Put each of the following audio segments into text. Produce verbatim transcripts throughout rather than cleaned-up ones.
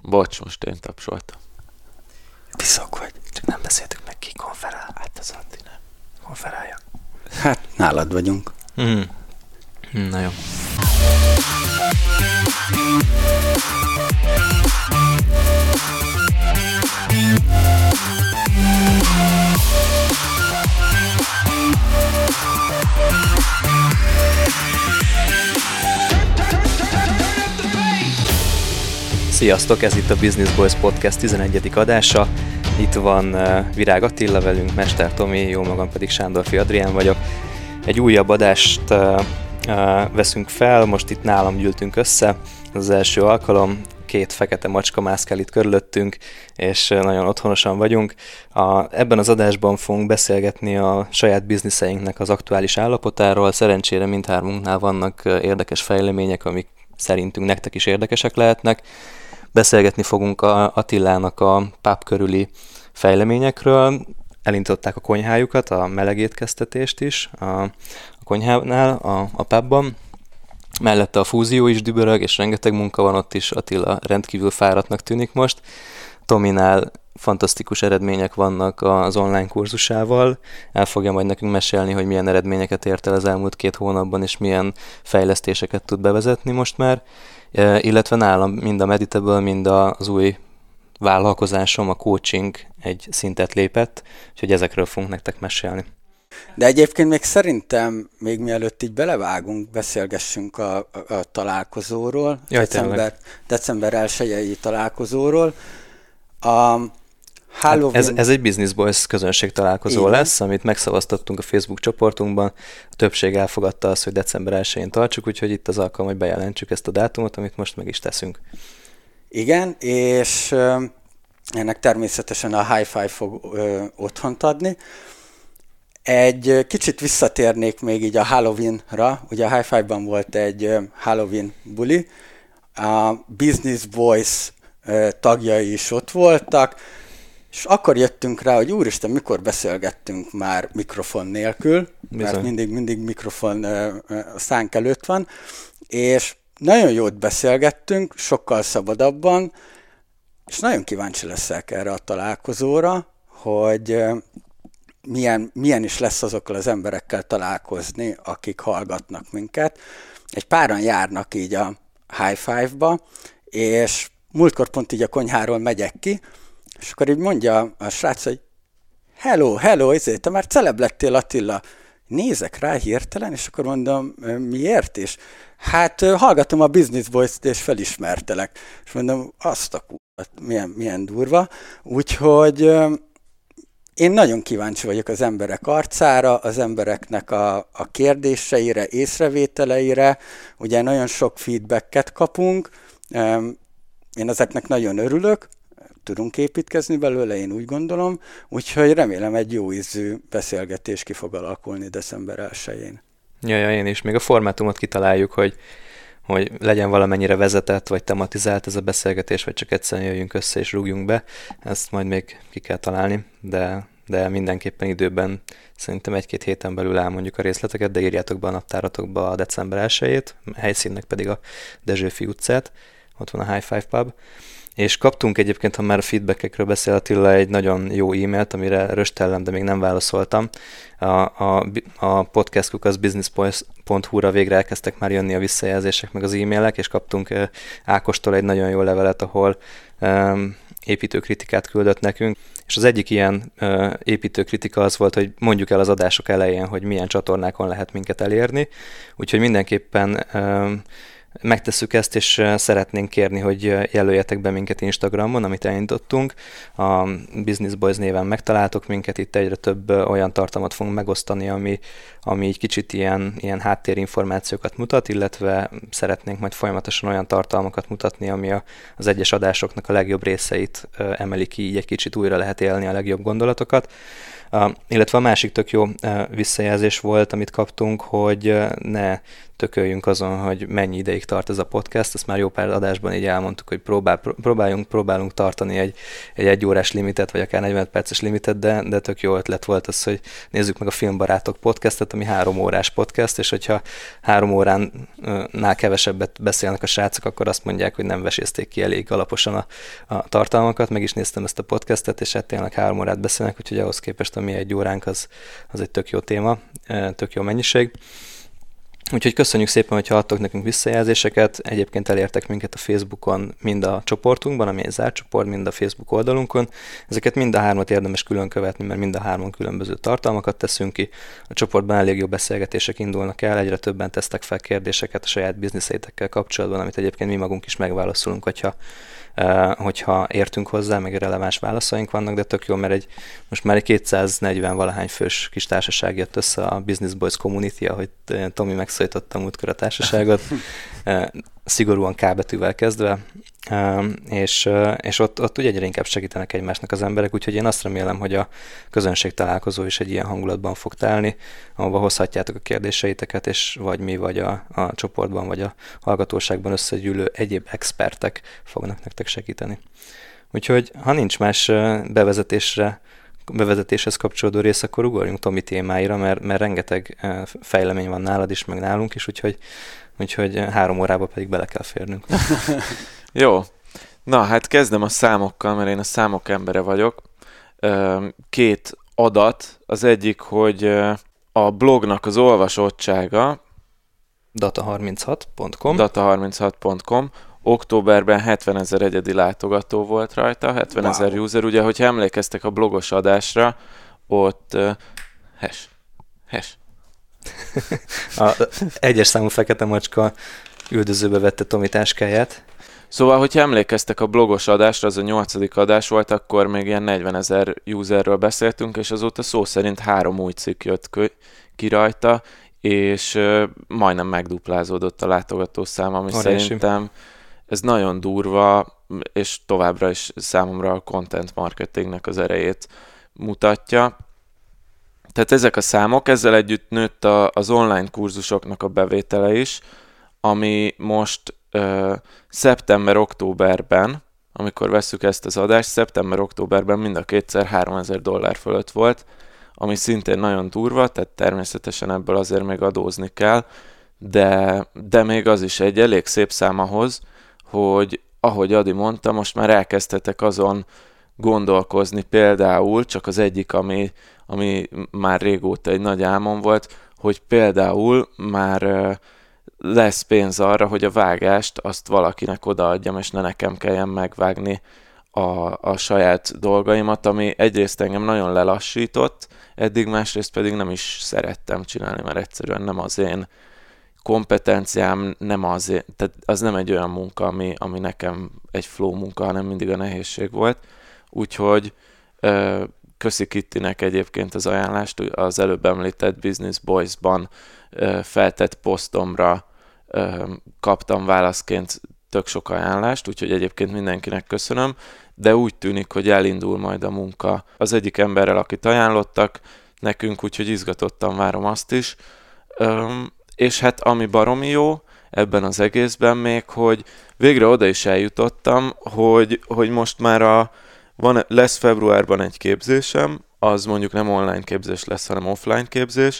Bocs, most én tapsoltam. Viszok vagy. Csak nem beszéltük meg, ki konferál. Hát az Atti nem. Konferálja. Hát, nálad vagyunk. Mm. Na jó. Sziasztok, ez itt a Business Boys Podcast tizenegyedik adása. Itt van Virág Attila velünk, Mester Tomi, jó magam pedig Sándorfi Adrián vagyok. Egy újabb adást uh, uh, veszünk fel, most itt nálam gyűltünk össze, ez az első alkalom, két fekete macska mászkál itt körülöttünk, és nagyon otthonosan vagyunk. A, ebben az adásban fogunk beszélgetni a saját bizniszeinknek az aktuális állapotáról, szerencsére mindhármunknál vannak érdekes fejlemények, amik szerintünk nektek is érdekesek lehetnek. Beszélgetni fogunk a Attilának a pub körüli fejleményekről. Elindították a konyhájukat, a melegétkeztetést is a, a konyhánál, a, a pubban. Mellette a fúzió is dübörög, és rengeteg munka van ott is. Attila rendkívül fáradtnak tűnik most. Tominál fantasztikus eredmények vannak az online kurzusával. El fogja majd nekünk mesélni, hogy milyen eredményeket ért el az elmúlt két hónapban, és milyen fejlesztéseket tud bevezetni most már. Illetve nálam mind a Meditable, mind az új vállalkozásom, a coaching egy szintet lépett, úgyhogy ezekről fogunk nektek mesélni. De egyébként még szerintem, még mielőtt így belevágunk, beszélgessünk a, a, a találkozóról, Jaj, december, december elsejei találkozóról. A Halloween... Hát ez, ez egy Business Boys közönség találkozó Igen. lesz, amit megszavaztattunk a Facebook csoportunkban. A többség elfogadta azt, hogy december elsején tartsuk, úgyhogy itt az alkalom, hogy bejelentsük ezt a dátumot, amit most meg is teszünk. Igen, és ö, ennek természetesen a High Five fog ö, otthont adni. Egy kicsit visszatérnék még így a Halloweenra. Ugye a High Five-ban volt egy ö, Halloween buli. A Business Boys ö, tagjai is ott voltak, és akkor jöttünk rá, hogy úristen, mikor beszélgettünk már mikrofon nélkül, Bizony. mert mindig, mindig mikrofon ö, ö, a szánk előtt van, és nagyon jót beszélgettünk, sokkal szabadabban, és nagyon kíváncsi leszek erre a találkozóra, hogy ö, milyen, milyen is lesz azokkal az emberekkel találkozni, akik hallgatnak minket. Egy páran járnak így a High Five-ba, és múltkor pont így a konyháról megyek ki, és akkor így mondja a srác, hogy hello, hello, ezért, te már celeb lettél, Attila. Nézek rá hirtelen, és akkor mondom, miért is? Hát hallgatom a Business Boys-t, és felismertelek. És mondom, azt a k***at, milyen, milyen durva. Úgyhogy én nagyon kíváncsi vagyok az emberek arcára, az embereknek a, a kérdéseire, észrevételeire. Ugye nagyon sok feedbacket kapunk, én ezeknek nagyon örülök, tudunk építkezni belőle, én úgy gondolom, úgyhogy remélem egy jó ízű beszélgetés ki fog alakulni december elsején. Ja, ja, én is. Még a formátumot kitaláljuk, hogy, hogy legyen valamennyire vezetett, vagy tematizált ez a beszélgetés, vagy csak egyszerűen jöjjünk össze és rúgjunk be. Ezt majd még ki kell találni, de, de mindenképpen időben szerintem egy-két héten belül elmondjuk a részleteket, de írjátok be a naptáratokba a december elsejét, a helyszínnek pedig a Dezsőfi utcát, ott van a High Five Pub. És kaptunk egyébként, ha már a feedbackekről beszél Attila, egy nagyon jó e-mailt, amire röstellem, de még nem válaszoltam. A, a, a podcastuk az businessboys pont hu-ra végre elkezdtek már jönni a visszajelzések, meg az e-mailek, és kaptunk Ákostól egy nagyon jó levelet, ahol um, építőkritikát küldött nekünk. És az egyik ilyen uh, építőkritika az volt, hogy mondjuk el az adások elején, hogy milyen csatornákon lehet minket elérni. Úgyhogy mindenképpen... Um, megtesszük ezt, és szeretnénk kérni, hogy jelöljetek be minket Instagramon, amit elindítottunk. A Business Boys néven megtaláltok minket, itt egyre több olyan tartalmat fogunk megosztani, ami, ami egy kicsit ilyen, ilyen háttérinformációkat mutat, illetve szeretnénk majd folyamatosan olyan tartalmakat mutatni, ami a, az egyes adásoknak a legjobb részeit emeli ki, így egy kicsit újra lehet élni a legjobb gondolatokat. Uh, illetve a másik tök jó uh, visszajelzés volt, amit kaptunk, hogy uh, ne tököljünk azon, hogy mennyi ideig tart ez a podcast. Ezt már jó pár adásban így elmondtuk, hogy próbál, próbáljunk, próbálunk tartani egy, egy egyórás limitet, vagy akár negyven perces limitet, de, de tök jó ötlet volt az, hogy nézzük meg a Filmbarátok podcastet, ami három órás podcast, és hogyha három óránál kevesebbet beszélnek a srácok, akkor azt mondják, hogy nem vesézték ki elég alaposan a, a tartalmakat. Meg is néztem ezt a podcastet, és hát tényleg három órát beszélnek, úgyhogy ahhoz képest a mi egy óránk az, az egy tök jó téma, tök jó mennyiség. Úgyhogy köszönjük szépen, hogyha adtok nekünk visszajelzéseket. Egyébként elértek minket a Facebookon, mind a csoportunkban, ami egy zárt csoport, mind a Facebook oldalunkon. Ezeket mind a hármat érdemes külön követni, mert mind a hárman különböző tartalmakat teszünk ki. A csoportban elég jó beszélgetések indulnak el, egyre többen tesztek fel kérdéseket a saját bizniszeitekkel kapcsolatban, amit egyébként mi magunk is megválaszolunk, hogyha hogyha értünk hozzá, meg releváns válaszaink vannak, de tök jó, mert egy, most már egy kétszáznegyven valahány fős kis társaság jött össze a Business Boys Community, ahogy Tomi megszólította múltkor a társaságot, szigorúan K betűvel kezdve, és, és ott, ott ugye egyre inkább segítenek egymásnak az emberek, úgyhogy én azt remélem, hogy a közönség találkozó is egy ilyen hangulatban fog telni, ahova hozhatjátok a kérdéseiteket, és vagy mi, vagy a, a csoportban, vagy a hallgatóságban összegyűlő egyéb expertek fognak nektek segíteni. Úgyhogy, ha nincs más bevezetésre, bevezetéshez kapcsolódó rész, akkor ugorjunk Tomi témáira, mert, mert rengeteg fejlemény van nálad is, meg nálunk is, úgyhogy, úgyhogy három órába pedig bele kell férnünk. Jó. Na, hát kezdem a számokkal, mert én a számok embere vagyok. Két adat. Az egyik, hogy a blognak az olvasottsága data harminchat pont com data harminchat pont com októberben hetvenezer egyedi látogató volt rajta, hetvenezer wow. user. Ugye, hogyha emlékeztek a blogos adásra, ott uh, hash, hash. A egyes számú fekete macska üldözőbe vette Tomi táskáját. Szóval, hogyha emlékeztek a blogos adásra, az a nyolcadik adás volt, akkor még ilyen negyvenezer userről beszéltünk, és azóta szó szerint három új cikk jött ki rajta, és uh, majdnem megduplázódott a látogatószám, ami Óriási. Szerintem ez nagyon durva, és továbbra is számomra a content marketingnek az erejét mutatja. Tehát ezek a számok, ezzel együtt nőtt a, az online kurzusoknak a bevétele is, ami most uh, szeptember-októberben, amikor vesszük ezt az adást, szeptember-októberben mind a kétszer háromezer dollár fölött volt, ami szintén nagyon durva, tehát természetesen ebből azért még adózni kell, de, de még az is egy elég szép szám ahhoz, hogy ahogy Adi mondta, most már elkezdhetek azon gondolkozni, például csak az egyik, ami, ami már régóta egy nagy álmom volt, hogy például már lesz pénz arra, hogy a vágást azt valakinek odaadjam, és ne nekem kelljen megvágni a, a saját dolgaimat, ami egyrészt engem nagyon lelassított, eddig másrészt pedig nem is szerettem csinálni, mert egyszerűen nem az én kompetenciám, nem az, én, tehát az nem egy olyan munka, ami, ami nekem egy flow munka, hanem mindig a nehézség volt. Úgyhogy ö, köszi Kittinek egyébként az ajánlást, az előbb említett Business Boys-ban ö, feltett posztomra ö, kaptam válaszként tök sok ajánlást, úgyhogy egyébként mindenkinek köszönöm, de úgy tűnik, hogy elindul majd a munka az egyik emberrel, akit ajánlottak nekünk, úgyhogy izgatottan várom azt is. Ö, és hát ami baromi jó ebben az egészben még, hogy végre oda is eljutottam, hogy, hogy most már a, van, lesz februárban egy képzésem, az mondjuk nem online képzés lesz, hanem offline képzés,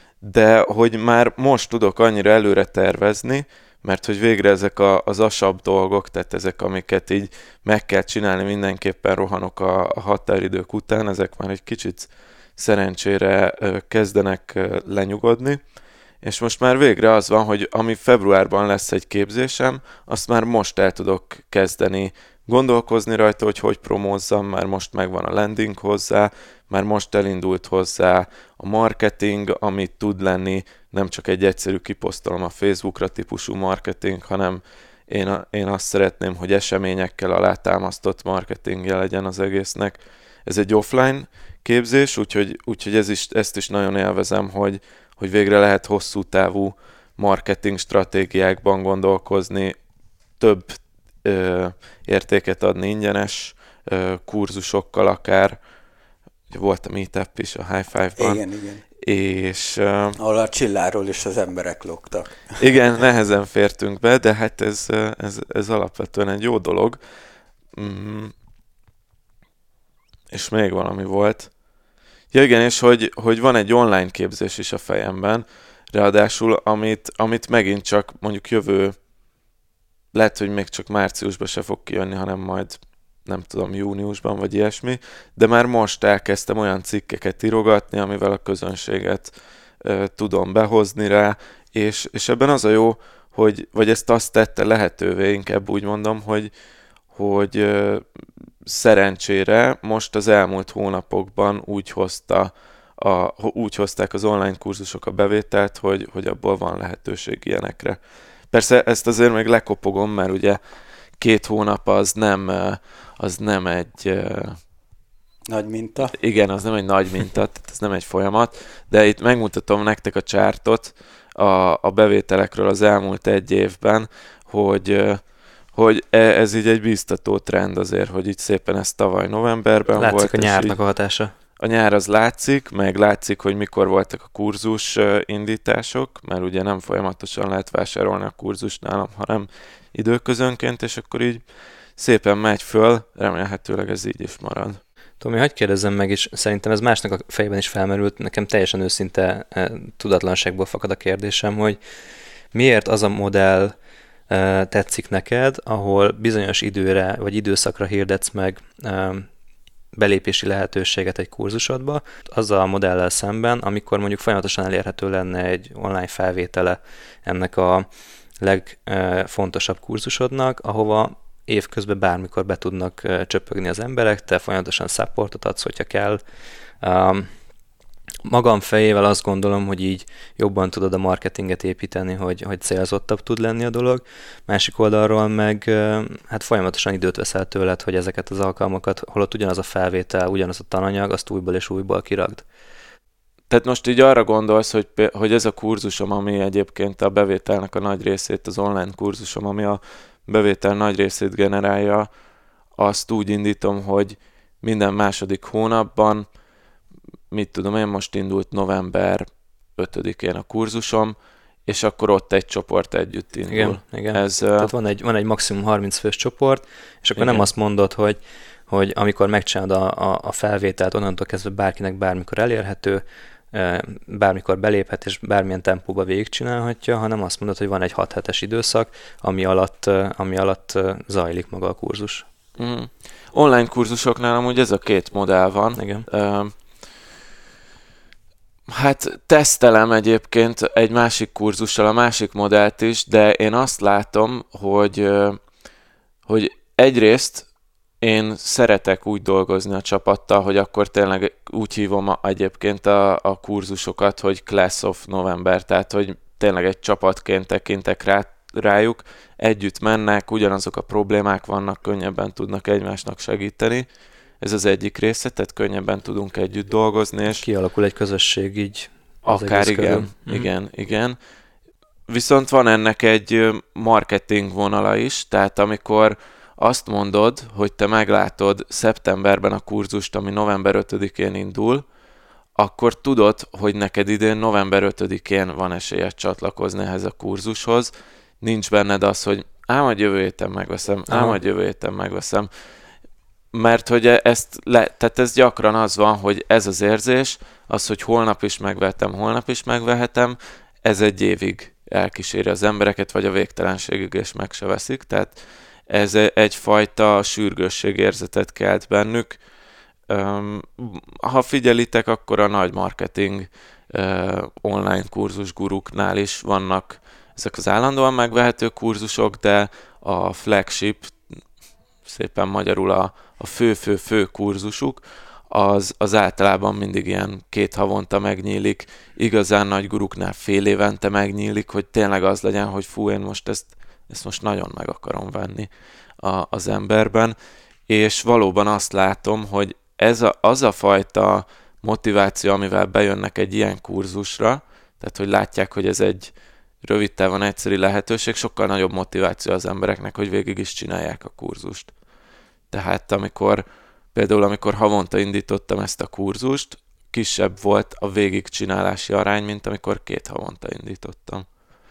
de hogy már most tudok annyira előre tervezni, mert hogy végre ezek a, az asabb dolgok, tehát ezek, amiket így meg kell csinálni, mindenképpen rohanok a, a határidők után, ezek már egy kicsit szerencsére kezdenek lenyugodni, és most már végre az van, hogy ami februárban lesz egy képzésem, azt már most el tudok kezdeni gondolkozni rajta, hogy hogy promózzam, már most megvan a landing hozzá, már most elindult hozzá a marketing, amit tud lenni, nem csak egy egyszerű kiposztolom a Facebookra típusú marketing, hanem én, a, én azt szeretném, hogy eseményekkel alátámasztott marketingje legyen az egésznek. Ez egy offline képzés, úgyhogy, úgyhogy ez is, ezt is nagyon élvezem, hogy, hogy végre lehet hosszú távú marketing stratégiákban gondolkozni, több ö, értéket adni ingyenes ö, kurzusokkal akár, volt a Meetup is a High Five-ban. Igen, igen. És, uh, ahol a csilláról is az emberek lógtak. Igen, nehezen fértünk be, de hát ez, ez, ez alapvetően egy jó dolog. Mm. És még valami volt. Ja igen, és hogy, hogy van egy online képzés is a fejemben, ráadásul, amit, amit megint csak mondjuk jövő, lehet, hogy még csak márciusban se fog kijönni, hanem majd nem tudom, júniusban vagy ilyesmi, de már most elkezdtem olyan cikkeket írogatni, amivel a közönséget uh, tudom behozni rá, és, és ebben az a jó, hogy, vagy ezt azt tette lehetővé, inkább úgy mondom, hogy, hogy uh, szerencsére most az elmúlt hónapokban úgy hozta a, úgy hozták az online kurzusok a bevételt, hogy, hogy abból van lehetőség ilyenekre. Persze ezt azért még lekopogom, mert ugye két hónap az nem, az nem egy... Nagy minta. Igen, az nem egy nagy minta, tehát ez nem egy folyamat, de itt megmutatom nektek a csártot a, a bevételekről az elmúlt egy évben, hogy, hogy ez így egy biztató trend azért, hogy itt szépen ez tavaly novemberben látszik volt. Látszik a nyárnak a hatása. A nyár az látszik, meg látszik, hogy mikor voltak a kurzus indítások, mert ugye nem folyamatosan lehet vásárolni a kurzust nálam, hanem időközönként, és akkor így szépen megy föl, remélhetőleg ez így is marad. Tomi, hagyj kérdezzem meg, és szerintem ez másnak a fejében is felmerült, nekem teljesen őszinte eh, tudatlanságból fakad a kérdésem, hogy miért az a modell eh, tetszik neked, ahol bizonyos időre vagy időszakra hirdetsz meg eh, belépési lehetőséget egy kurzusodba, azzal a modellel szemben, amikor mondjuk folyamatosan elérhető lenne egy online felvétele ennek a legfontosabb kurzusodnak, ahova évközben bármikor be tudnak csöpögni az emberek, te folyamatosan supportot adsz, hogyha kell. Magam fejével azt gondolom, hogy így jobban tudod a marketinget építeni, hogy, hogy célzottabb tud lenni a dolog. Másik oldalról meg hát folyamatosan időt veszel tőled, hogy ezeket az alkalmakat, holott ugyanaz a felvétel, ugyanaz a tananyag, azt újból és újból kiragd. Tehát most így arra gondolsz, hogy, hogy ez a kurzusom, ami egyébként a bevételnek a nagy részét, az online kurzusom, ami a bevétel nagy részét generálja, azt úgy indítom, hogy minden második hónapban, mit tudom én, most indult november ötödikén a kurzusom, és akkor ott egy csoport együtt indul. Igen, igen. Ez, Tehát van egy, van egy maximum harminc fős csoport, és akkor igen. Nem azt mondod, hogy, hogy amikor megcsinálod a, a, a felvételt, onnantól kezdve bárkinek bármikor elérhető, bármikor beléphet, és bármilyen tempóba végigcsinálhatja, hanem azt mondod, hogy van egy hat hetes időszak, ami alatt, ami alatt zajlik maga a kurzus. Mm. Online kurzusoknál amúgy ez a két modell van. Igen. Uh, hát tesztelem egyébként egy másik kurzussal a másik modellt is, de én azt látom, hogy, hogy egyrészt én szeretek úgy dolgozni a csapattal, hogy akkor tényleg úgy hívom egyébként a, a kurzusokat, hogy Class of November, tehát hogy tényleg egy csapatként tekintek rá, rájuk, együtt mennek, ugyanazok a problémák vannak, könnyebben tudnak egymásnak segíteni. Ez az egyik része, tehát könnyebben tudunk együtt dolgozni. És kialakul egy közösség így. Akár igen, igen, mm. igen. Viszont van ennek egy marketing vonala is, tehát amikor azt mondod, hogy te meglátod szeptemberben a kurzust, ami november ötödikén indul, akkor tudod, hogy neked idén november ötödikén van esélyed csatlakozni ehhez a kurzushoz. Nincs benned az, hogy ám majd jövő héten megveszem, ám majd jövő héten megveszem. Mert hogy ezt le, tehát ez gyakran az van, hogy ez az érzés, az, hogy holnap is megvehetem, holnap is megvehetem, ez egy évig elkíséri az embereket, vagy a végtelenségig és meg se veszik. Tehát ez egyfajta sürgősségérzetet kelt bennük. Ha figyelitek, akkor a nagy marketing online kurzus guruknál is vannak ezek az állandóan megvehető kurzusok, de a flagship, szépen magyarul a, a fő-fő-fő kurzusuk, az, az általában mindig ilyen két havonta megnyílik, igazán nagy guruknál fél évente megnyílik, hogy tényleg az legyen, hogy fú, én most ezt, ezt most nagyon meg akarom venni a, az emberben, és valóban azt látom, hogy ez a, az a fajta motiváció, amivel bejönnek egy ilyen kurzusra, tehát hogy látják, hogy ez egy rövid távon egyszerű lehetőség, sokkal nagyobb motiváció az embereknek, hogy végig is csinálják a kurzust. Tehát amikor például amikor havonta indítottam ezt a kurzust, kisebb volt a végigcsinálási arány, mint amikor két havonta indítottam.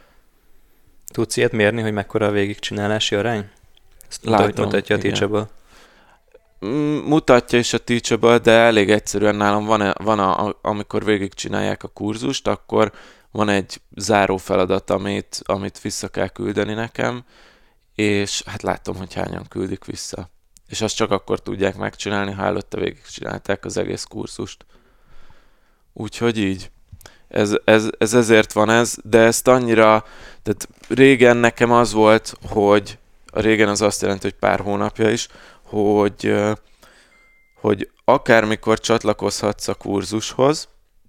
Tudsz ilyet mérni, hogy mekkora a végigcsinálási arány? Ezt Látom, mutatja a igen. Teachable. Mutatja is a Teachable, de elég egyszerűen nálam van, van a, amikor végigcsinálják a kurzust, akkor van egy záró feladat, amit, amit vissza kell küldeni nekem, és hát látom, hogy hányan küldik vissza. És azt csak akkor tudják megcsinálni, ha előtte végigcsinálták az egész kurzust. Úgyhogy így. Ez, ez, ez ezért van ez, de ezt annyira, tehát régen nekem az volt, hogy a régen az azt jelenti, hogy pár hónapja is, hogy, hogy akármikor csatlakozhatsz a kurzushoz,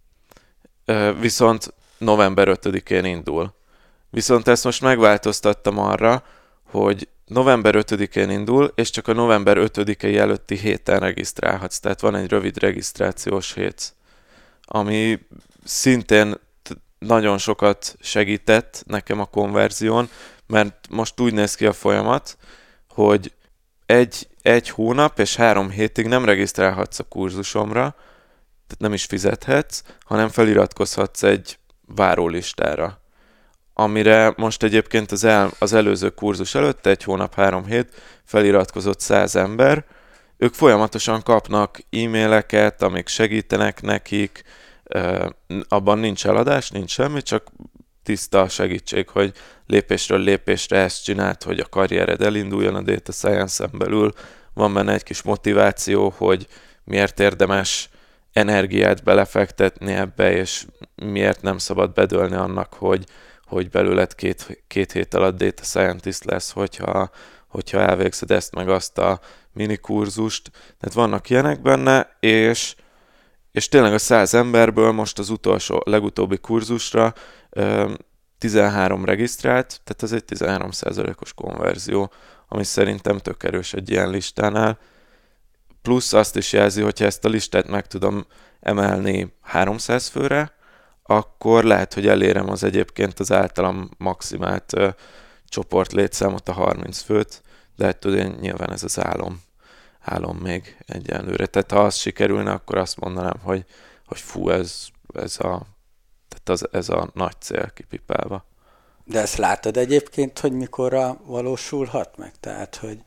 viszont november ötödikén indul. Viszont ezt most megváltoztattam arra, hogy november ötödikén indul, és csak a november ötödikei előtti héten regisztrálhatsz. Tehát van egy rövid regisztrációs hét, ami szintén nagyon sokat segített nekem a konverzión, mert most úgy néz ki a folyamat, hogy egy, egy hónap és három hétig nem regisztrálhatsz a kurzusomra, tehát nem is fizethetsz, hanem feliratkozhatsz egy várólistára, amire most egyébként az, el, az előző kurzus előtt, egy hónap, három hét feliratkozott száz ember, ők folyamatosan kapnak e-maileket, amik segítenek nekik, abban nincs eladás, nincs semmi, csak tiszta segítség, hogy lépésről lépésre ezt csináld, hogy a karriered elinduljon a Data Science-en belül. Van benne egy kis motiváció, hogy miért érdemes energiát belefektetni ebbe, és miért nem szabad bedőlni annak, hogy, hogy belőled két, két hét alatt Data Scientist lesz, hogyha, hogyha elvégzed ezt meg azt a mini kurzust. Tehát vannak ilyenek benne, és És tényleg a száz emberből most az utolsó, legutóbbi kurzusra tizenhárom regisztrált, tehát ez egy tizenhárom százalékos konverzió, ami szerintem tök erős egy ilyen listánál. Plusz azt is jelzi, hogyha ezt a listát meg tudom emelni háromszáz főre, akkor lehet, hogy elérem az egyébként az általam maximált ö, csoport létszámot, a harminc főt, de hát tudod, nyilván ez az álom. álom még egyenlőre. Tehát ha az sikerülne, akkor azt mondanám, hogy, hogy fú, ez, ez, a, tehát az, ez a nagy cél kipipálva. De ezt látod egyébként, hogy mikorra valósulhat meg? Tehát, hogy...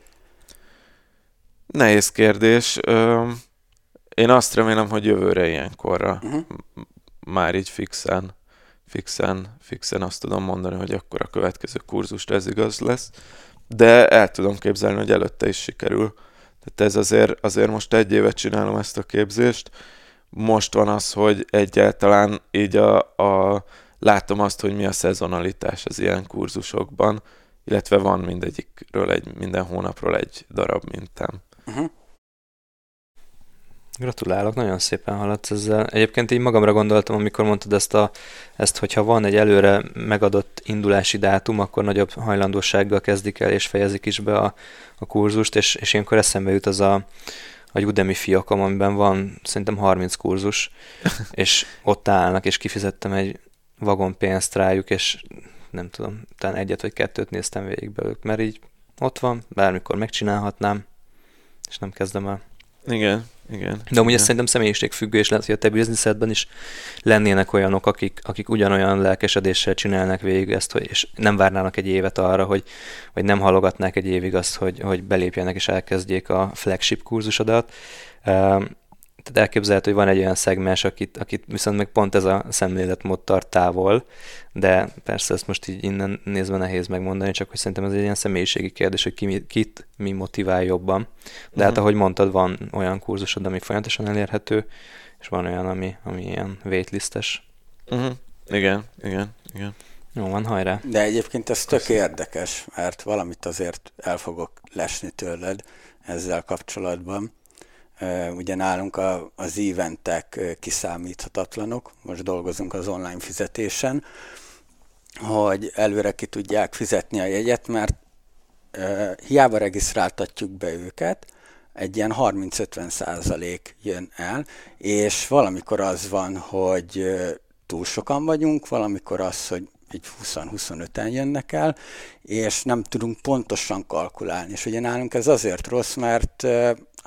Nehéz kérdés. Én azt remélem, hogy jövőre ilyenkorra uh-huh. már így fixen, fixen, fixen azt tudom mondani, hogy akkor a következő kurzusra ez igaz lesz. De el tudom képzelni, hogy előtte is sikerül. Tehát ez azért, azért most egy évet csinálom ezt a képzést. Most van az, hogy egyáltalán így a, a, látom azt, hogy mi a szezonalitás az ilyen kurzusokban, illetve van mindegyikről, egy, minden hónapról egy darab mintám. Uh-huh. Gratulálok, nagyon szépen haladsz ezzel. Egyébként így magamra gondoltam, amikor mondtad ezt, a, ezt, hogyha van egy előre megadott indulási dátum, akkor nagyobb hajlandósággal kezdik el és fejezik is be a, a kurzust, és, és ilyenkor eszembe jut az a, a Udemy fiakom, amiben van szerintem harminc kurzus, és ott állnak, és kifizettem egy vagon pénzt rájuk, és nem tudom, talán egyet vagy kettőt néztem végig belőlük, mert így ott van, bármikor megcsinálhatnám, és nem kezdem el. Igen, igen. De amúgy ez szerintem személyiségfüggő, és lehet, hogy a te bizniszedben is lennének olyanok, akik, akik ugyanolyan lelkesedéssel csinálnak végig ezt, hogy, és nem várnának egy évet arra, hogy, vagy nem halogatnák egy évig azt, hogy, hogy belépjenek és elkezdjék a flagship kurzusodat. Tehát elképzelhető, hogy van egy olyan szegmens, akit, akit viszont meg pont ez a szemléletmód tart távol, de persze ezt most így innen nézve nehéz megmondani, csak hogy szerintem ez egy ilyen személyiségi kérdés, hogy ki, kit mi motivál jobban. De uh-huh. hát ahogy mondtad, van olyan kurzusod, ami folyamatosan elérhető, és van olyan, ami, ami ilyen waitlistes. Uh-huh. Igen, igen, igen. Jó van, hajrá! De egyébként ez tök érdekes, mert valamit azért el fogok lesni tőled ezzel kapcsolatban. Uh, ugye nálunk a, az eventek uh, kiszámíthatatlanok, most dolgozunk az online fizetésen, hogy előre ki tudják fizetni a jegyet, mert uh, hiába regisztráltatjuk be őket, egy ilyen harminc-ötven százalék jön el, és valamikor az van, hogy uh, túl sokan vagyunk, valamikor az, hogy így húsz-huszonöten jönnek el, és nem tudunk pontosan kalkulálni. És ugye nálunk ez azért rossz, mert uh,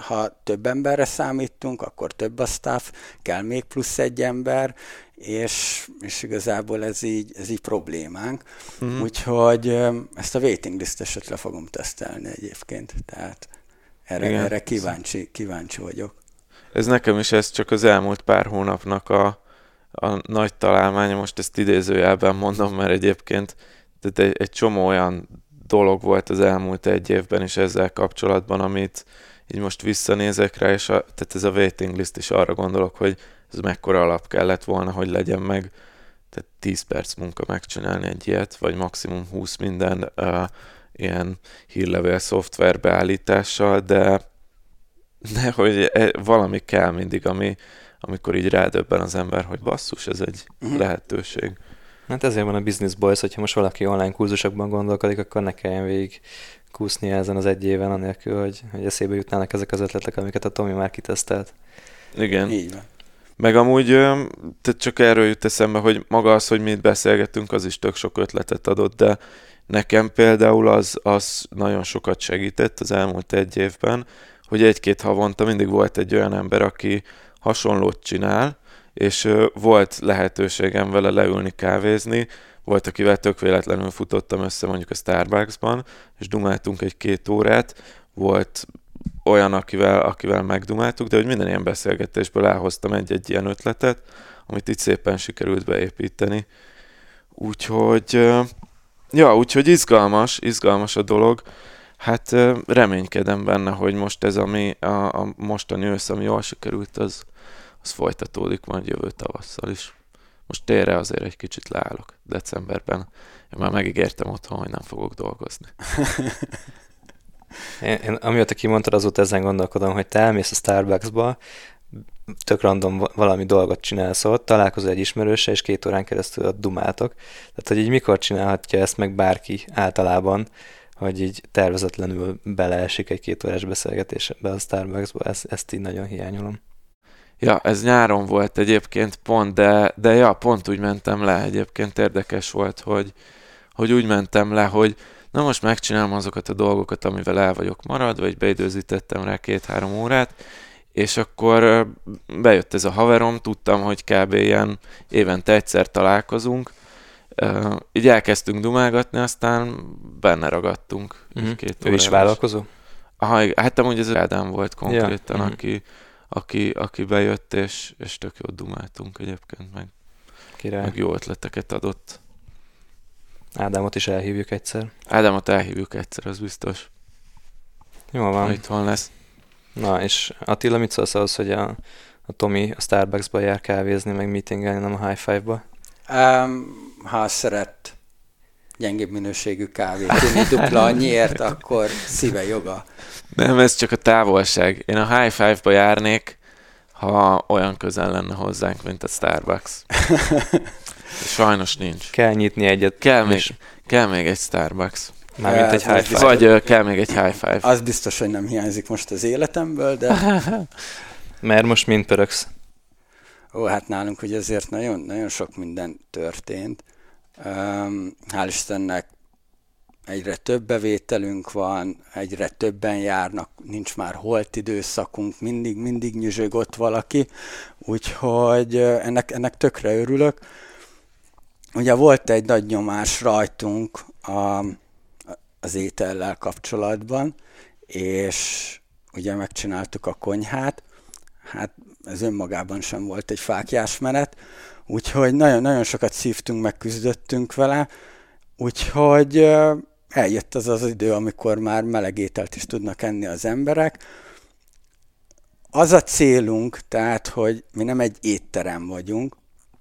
ha több emberre számítunk, akkor több a staff, kell még plusz egy ember, és, és igazából ez így, ez így problémánk. Mm-hmm. Úgyhogy ezt a waiting listet le fogom tesztelni egyébként, tehát erre, erre kíváncsi, kíváncsi vagyok. Ez nekem is, ez csak az elmúlt pár hónapnak a, a nagy találmánya, most ezt idézőjelben mondom, mert egyébként tehát egy, egy csomó olyan dolog volt az elmúlt egy évben is ezzel kapcsolatban, amit így most visszanézek rá, és a, tehát ez a waiting list is arra gondolok, hogy ez mekkora alap kellett volna, hogy legyen meg, tehát tíz perc munka megcsinálni egy ilyet, vagy maximum húsz minden uh, ilyen hírlevél szoftver beállítással, de, de hogy valami kell mindig, ami, amikor így rádöbben az ember, hogy basszus, ez egy uh-huh. lehetőség. Hát ezért van a Business Boys, hogyha most valaki online kurzusokban gondolkodik, akkor ne kelljen végig kúszni ezen az egy éven, anélkül, hogy, hogy eszébe jutnának ezek az ötletek, amiket a Tomi már kitesztelt. Igen. Így van. Meg amúgy tehát csak erről jut eszembe, hogy maga az, hogy mi itt beszélgetünk, az is tök sok ötletet adott, de nekem például az, az nagyon sokat segített az elmúlt egy évben, hogy egy-két havonta mindig volt egy olyan ember, aki hasonlót csinál, és volt lehetőségem vele leülni kávézni, volt, akivel tök véletlenül futottam össze mondjuk a Starbucksban, és dumáltunk egy-két órát, volt olyan, akivel, akivel megdumáltuk, de hogy minden ilyen beszélgetésből elhoztam egy-egy ilyen ötletet, amit itt szépen sikerült beépíteni. Úgyhogy, ja, úgyhogy izgalmas, izgalmas a dolog. Hát reménykedem benne, hogy most ez, ami a, a mostani ősz, ami jól sikerült, az, az folytatódik majd jövő tavasszal is. Most térre azért egy kicsit leállok decemberben. Én már megígértem otthon, hogy nem fogok dolgozni. Én, én amióta kimondtad, azóta ezen gondolkodom, hogy te elmész a Starbucksba, tök random valami dolgot csinálsz ott, találkozol egy ismerőssel, és két órán keresztül ott dumáltok. Tehát, hogy így mikor csinálhatja ezt meg bárki általában, hogy így tervezetlenül beleesik egy két órás beszélgetésbe a Starbucksba, ezt, ezt így nagyon hiányolom. Ja, ez nyáron volt egyébként pont, de, de ja, pont úgy mentem le egyébként, érdekes volt, hogy, hogy úgy mentem le, hogy na most megcsinálom azokat a dolgokat, amivel el vagyok maradva, vagy beidőzítettem rá két-három órát, és akkor bejött ez a haverom, tudtam, hogy kb. Ilyen évente egyszer találkozunk, így elkezdtünk dumálgatni, aztán benne ragadtunk. Mm-hmm. Két ő is vállalkozó? Aha, hát amúgy ez Ádám volt konkrétan, ja. Mm-hmm. aki, aki, aki bejött, és, és tök jót dumáltunk egyébként, meg, meg jó ötleteket adott. Ádámot is elhívjuk egyszer. Ádámot elhívjuk egyszer, az biztos. Jól van. Itthon lesz. Na, és Attila, mit szólsz ahhoz, hogy a, a Tomi a Starbucksba jár kávézni, meg meetingelni, nem a High Five-ba? Um, ha szeret gyengébb minőségű kávét inni dupla annyiért, akkor szíve joga. Nem, ez csak a távolság. Én a High Five-ba járnék, ha olyan közel lenne hozzánk, mint a Starbucks. Sajnos nincs. Kell nyitni egyet. Kell még, kell még egy Starbucks. Mármint egy High Five. Vagy uh, kell még egy High Five. Az biztos, hogy nem hiányzik most az életemből, de... Mert most mind pöröksz. Ó, hát nálunk ugye azért nagyon, nagyon sok minden történt. Um, hál' Istennek egyre több bevételünk van, egyre többen járnak, nincs már holt időszakunk, mindig, mindig nyüzsög ott valaki, úgyhogy ennek, ennek tökre örülök. Ugye volt egy nagy nyomás rajtunk a, az étellel kapcsolatban, és ugye megcsináltuk a konyhát, hát ez önmagában sem volt egy fáklyás menet, úgyhogy nagyon-nagyon sokat szívtunk, megküzdöttünk vele, úgyhogy eljött az az idő, amikor már meleg ételt is tudnak enni az emberek. Az a célunk, tehát, hogy mi nem egy étterem vagyunk,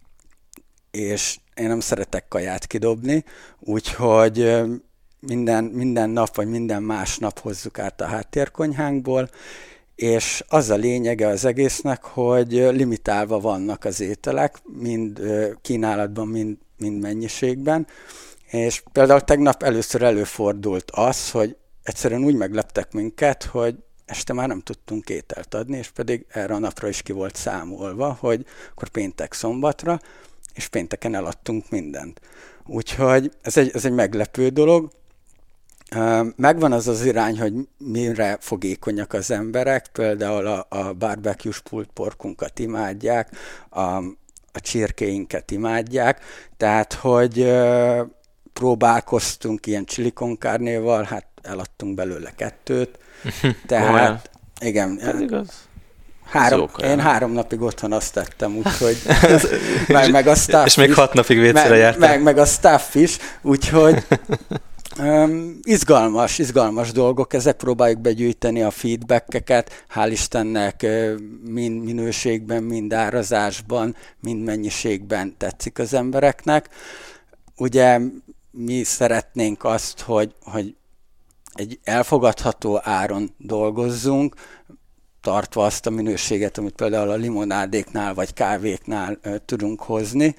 és én nem szeretek kaját kidobni, úgyhogy minden, minden nap, vagy minden más nap hozzuk át a háttérkonyhánkból, és az a lényege az egésznek, hogy limitálva vannak az ételek, mind kínálatban, mind, mind mennyiségben, és például tegnap először előfordult az, hogy egyszerűen úgy megleptek minket, hogy este már nem tudtunk ételt adni, és pedig erre a napra is ki volt számolva, hogy akkor péntek szombatra, és pénteken eladtunk mindent. Úgyhogy ez egy, ez egy meglepő dolog, Megvan az az irány, hogy mire fogékonyak az emberek, például a, a barbecue-s pultporkunkat imádják, a, a csirkéinket imádják, tehát hogy próbálkoztunk ilyen chili con carnéval, hát eladtunk belőle kettőt, tehát igen. Ez igaz. Három, én három napig otthon azt tettem, úgyhogy meg, meg a staff és még hat napig vécére jártam. Meg, meg a staff is, úgyhogy um, izgalmas, izgalmas dolgok, ezek próbáljuk begyűjteni a feedbackeket, hál' Istennek mind minőségben, mind árazásban, mind mennyiségben tetszik az embereknek. Ugye mi szeretnénk azt, hogy, hogy egy elfogadható áron dolgozzunk, tartva azt a minőséget, amit például a limonádéknál vagy kávéknál ö, tudunk hozni,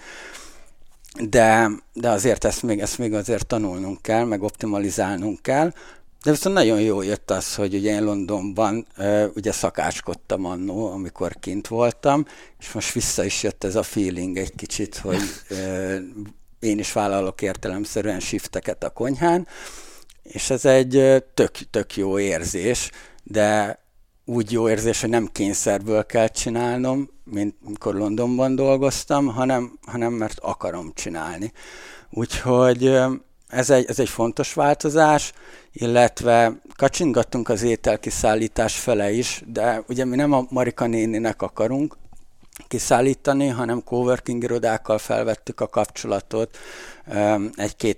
de, de azért ezt még, ezt még azért tanulnunk kell, meg optimalizálnunk kell. De viszont nagyon jó jött az, hogy ugye én Londonban ö, ugye szakácskodtam annó, amikor kint voltam, és most vissza is jött ez a feeling egy kicsit, hogy ö, én is vállalok értelemszerűen shifteket a konyhán, és ez egy tök, tök jó érzés, de úgy jó érzés, hogy nem kényszerből kell csinálnom, mint amikor Londonban dolgoztam, hanem, hanem mert akarom csinálni. Úgyhogy ez egy, ez egy fontos változás, illetve kacsingattunk az ételkiszállítás fele is, de ugye mi nem a Marika néninek akarunk kiszállítani, hanem coworking irodákkal felvettük a kapcsolatot, egy-két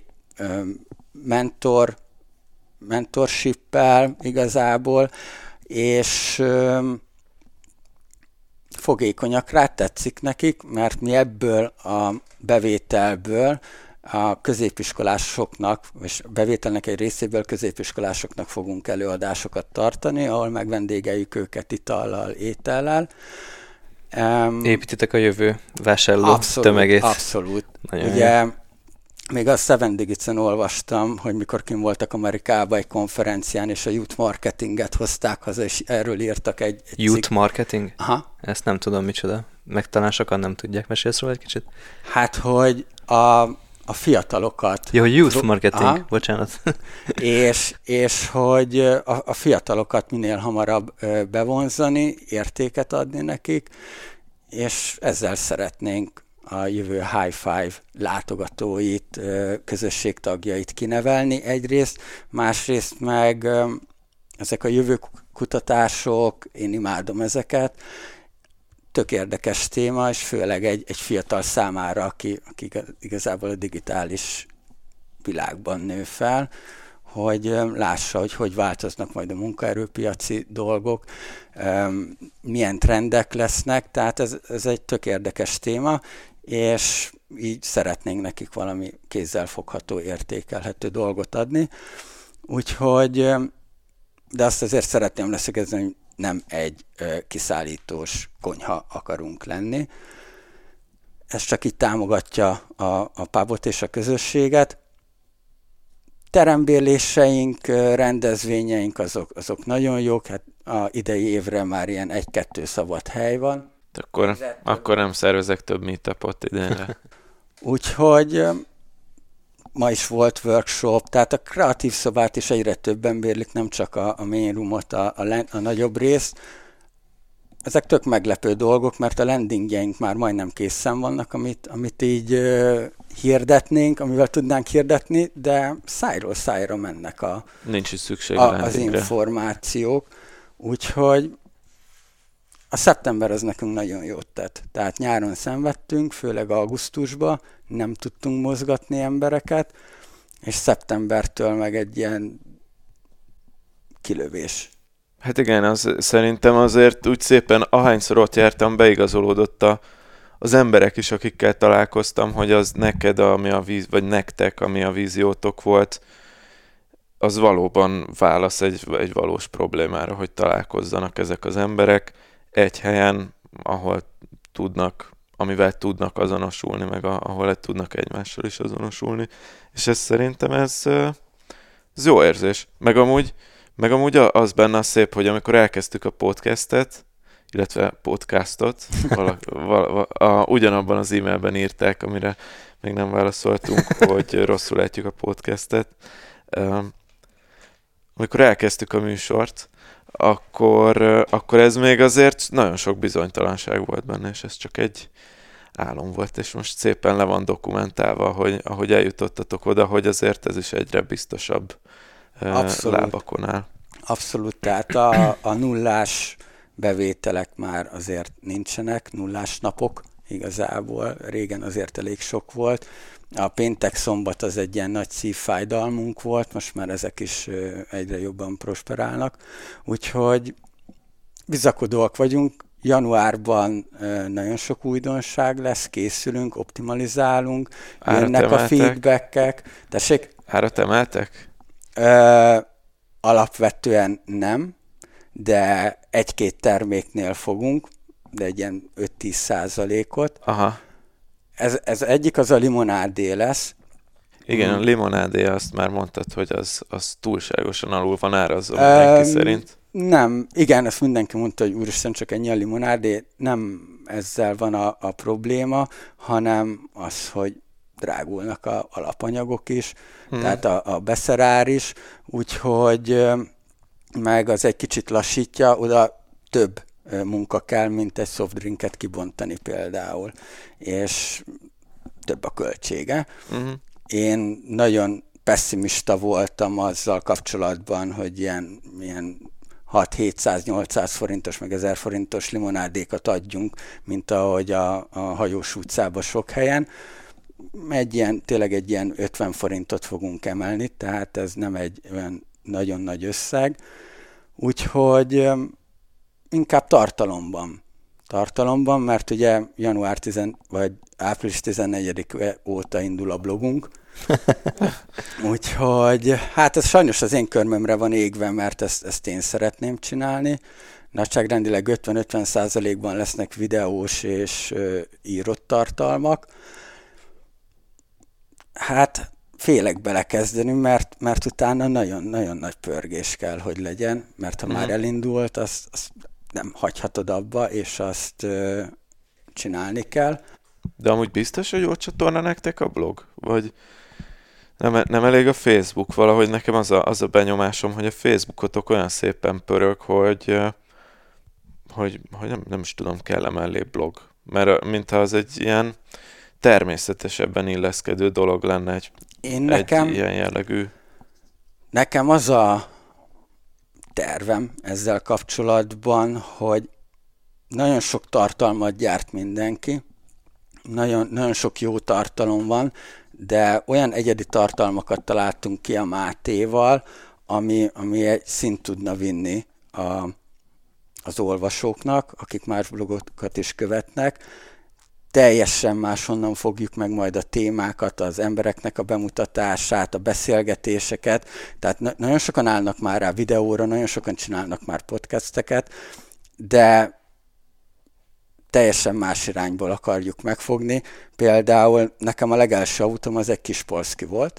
mentor, mentorship-el igazából, és öm, fogékonyak rá, tetszik nekik, mert mi ebből a bevételből a középiskolásoknak, és a bevételnek egy részéből középiskolásoknak fogunk előadásokat tartani, ahol megvendégeljük őket itallal, étellel. Um, Építitek a jövő vásárló abszolút, tömegét. Abszolút. Nagyon ugye jó. Még a Seven Digits-en olvastam, hogy mikor kim voltak Amerikában egy konferencián, és a youth marketinget hozták haza, és erről írtak egy, egy Youth cikk. marketing? Aha. Ezt nem tudom micsoda. Meg talán sokan nem tudják. Mesélsz róla egy kicsit? Hát, hogy a, a fiatalokat... Jó, hogy youth marketing. Aha. Bocsánat. és, és hogy a, a fiatalokat minél hamarabb bevonzani, értéket adni nekik, és ezzel szeretnénk a jövő High Five látogatóit, közösségtagjait kinevelni egyrészt, másrészt meg ezek a jövőkutatások, én imádom ezeket, tök érdekes téma, és főleg egy, egy fiatal számára, aki, aki igazából a digitális világban nő fel, hogy lássa, hogy hogy változnak majd a munkaerőpiaci dolgok, milyen trendek lesznek, tehát ez, ez egy tök érdekes téma, és így szeretnénk nekik valami kézzelfogható, értékelhető dolgot adni. Úgyhogy, de azt azért szeretném leszögezni, hogy nem egy kiszállítós konyha akarunk lenni. Ez csak így támogatja a, a pubot és a közösséget. Terembérléseink, rendezvényeink azok, azok nagyon jók, hát a idei évre már ilyen egy-kettő szabad hely van. Akkor, akkor nem szervezek több meetupot idénre. Úgyhogy ma is volt workshop, tehát a kreatív szobát is egyre többen bérlik, nem csak a, a main roomot, a, a, a nagyobb részt. Ezek tök meglepő dolgok, mert a landingjeink már majdnem készen vannak, amit, amit így uh, hirdetnénk, amivel tudnánk hirdetni, de szájról szájra mennek a, Nincs is szükség a, az információk. Úgyhogy a szeptember az nekünk nagyon jót tett. Tehát nyáron szenvedtünk, főleg augusztusban, nem tudtunk mozgatni embereket, és szeptembertől meg egy ilyen kilövés. Hát igen, az, szerintem azért úgy szépen, ahányszor ott jártam, beigazolódott a, az emberek is, akikkel találkoztam, hogy az neked, ami a víz, vagy nektek, ami a víziótok volt, az valóban válasz egy, egy valós problémára, hogy találkozzanak ezek az emberek egy helyen, ahol tudnak, amivel tudnak azonosulni, meg a, ahol tudnak egymással is azonosulni. És ez szerintem ez, ez jó érzés. Meg amúgy, meg amúgy az benne az szép, hogy amikor elkezdtük a podcastet, illetve podcastot, vala, vala, a, ugyanabban az e-mailben írták, amire még nem válaszoltunk, hogy rosszul ejtjük a podcastet. amikor elkezdtük a műsort, akkor, akkor ez még azért nagyon sok bizonytalanság volt benne, és ez csak egy álom volt, és most szépen le van dokumentálva, hogy, ahogy eljutottatok oda, hogy azért ez is egyre biztosabb Abszolút. lábakon áll. Abszolút, tehát a, a nullás bevételek már azért nincsenek, nullás napok igazából, régen azért elég sok volt. A péntek-szombat az egy ilyen nagy szívfájdalmunk volt, most már ezek is egyre jobban prosperálnak, úgyhogy bizakodóak vagyunk. Januárban nagyon sok újdonság lesz, készülünk, optimalizálunk, Árat jönnek emeltek? a feedbackek. Tessék? Árat emeltek? Ö, alapvetően nem, de egy-két terméknél fogunk, de egy ilyen öt-tíz százalékot. Aha. Ez, ez egyik az a limonádé lesz. Igen, hmm. a limonádé, azt már mondtad, hogy az, az túlságosan alul van árazva mindenki um, szerint. Nem, igen, ezt mindenki mondta, hogy úristen, csak ennyi a limonádé. Nem ezzel van a, a probléma, hanem az, hogy drágulnak a alapanyagok is, hmm. tehát a, a beszerár is, úgyhogy meg az egy kicsit lassítja, oda több munka kell, mint egy softdrinket kibontani például, és több a költsége. Uh-huh. Én nagyon pessimista voltam azzal kapcsolatban, hogy ilyen, ilyen hat-hétszáz-nyolcszáz forintos, meg ezer forintos limonádékat adjunk, mint ahogy a, a Hajós utcában sok helyen. Egy ilyen, tényleg egy ilyen ötven forintot fogunk emelni, tehát ez nem egy olyan nagyon nagy összeg. Úgyhogy inkább tartalomban. Tartalomban, mert ugye január tíz vagy április tizennegyedike óta indul a blogunk. Úgyhogy hát ez sajnos az én körmömre van égve, mert ezt, ezt én szeretném csinálni. Nagyságrendileg ötven-ötven százalékban lesznek videós és ö, írott tartalmak. Hát félek belekezdeni, mert, mert utána nagyon-nagyon nagy pörgés kell, hogy legyen, mert ha mm. már elindult, azt, azt nem hagyhatod abba, és azt ö, csinálni kell. De amúgy biztos, hogy jó csatorna nektek a blog? Vagy nem, nem elég a Facebook? Valahogy nekem az a, az a benyomásom, hogy a Facebookotok olyan szépen pörög, hogy, hogy, hogy nem, nem is tudom, kell mellé blog. Mert mintha az egy ilyen természetesebben illeszkedő dolog lenne egy, Én nekem, egy ilyen jellegű. Nekem az a tervem ezzel kapcsolatban, hogy nagyon sok tartalmat gyárt mindenki, nagyon, nagyon sok jó tartalom van, de olyan egyedi tartalmakat találtunk ki a Mátéval, ami, ami egy szint tudna vinni a, az olvasóknak, akik más blogokat is követnek. Teljesen máshonnan fogjuk meg majd a témákat, az embereknek a bemutatását, a beszélgetéseket. Tehát na- nagyon sokan állnak már rá videóra, nagyon sokan csinálnak már podcasteket, de teljesen más irányból akarjuk megfogni. Például nekem a legelső autóm az egy kis Polski volt,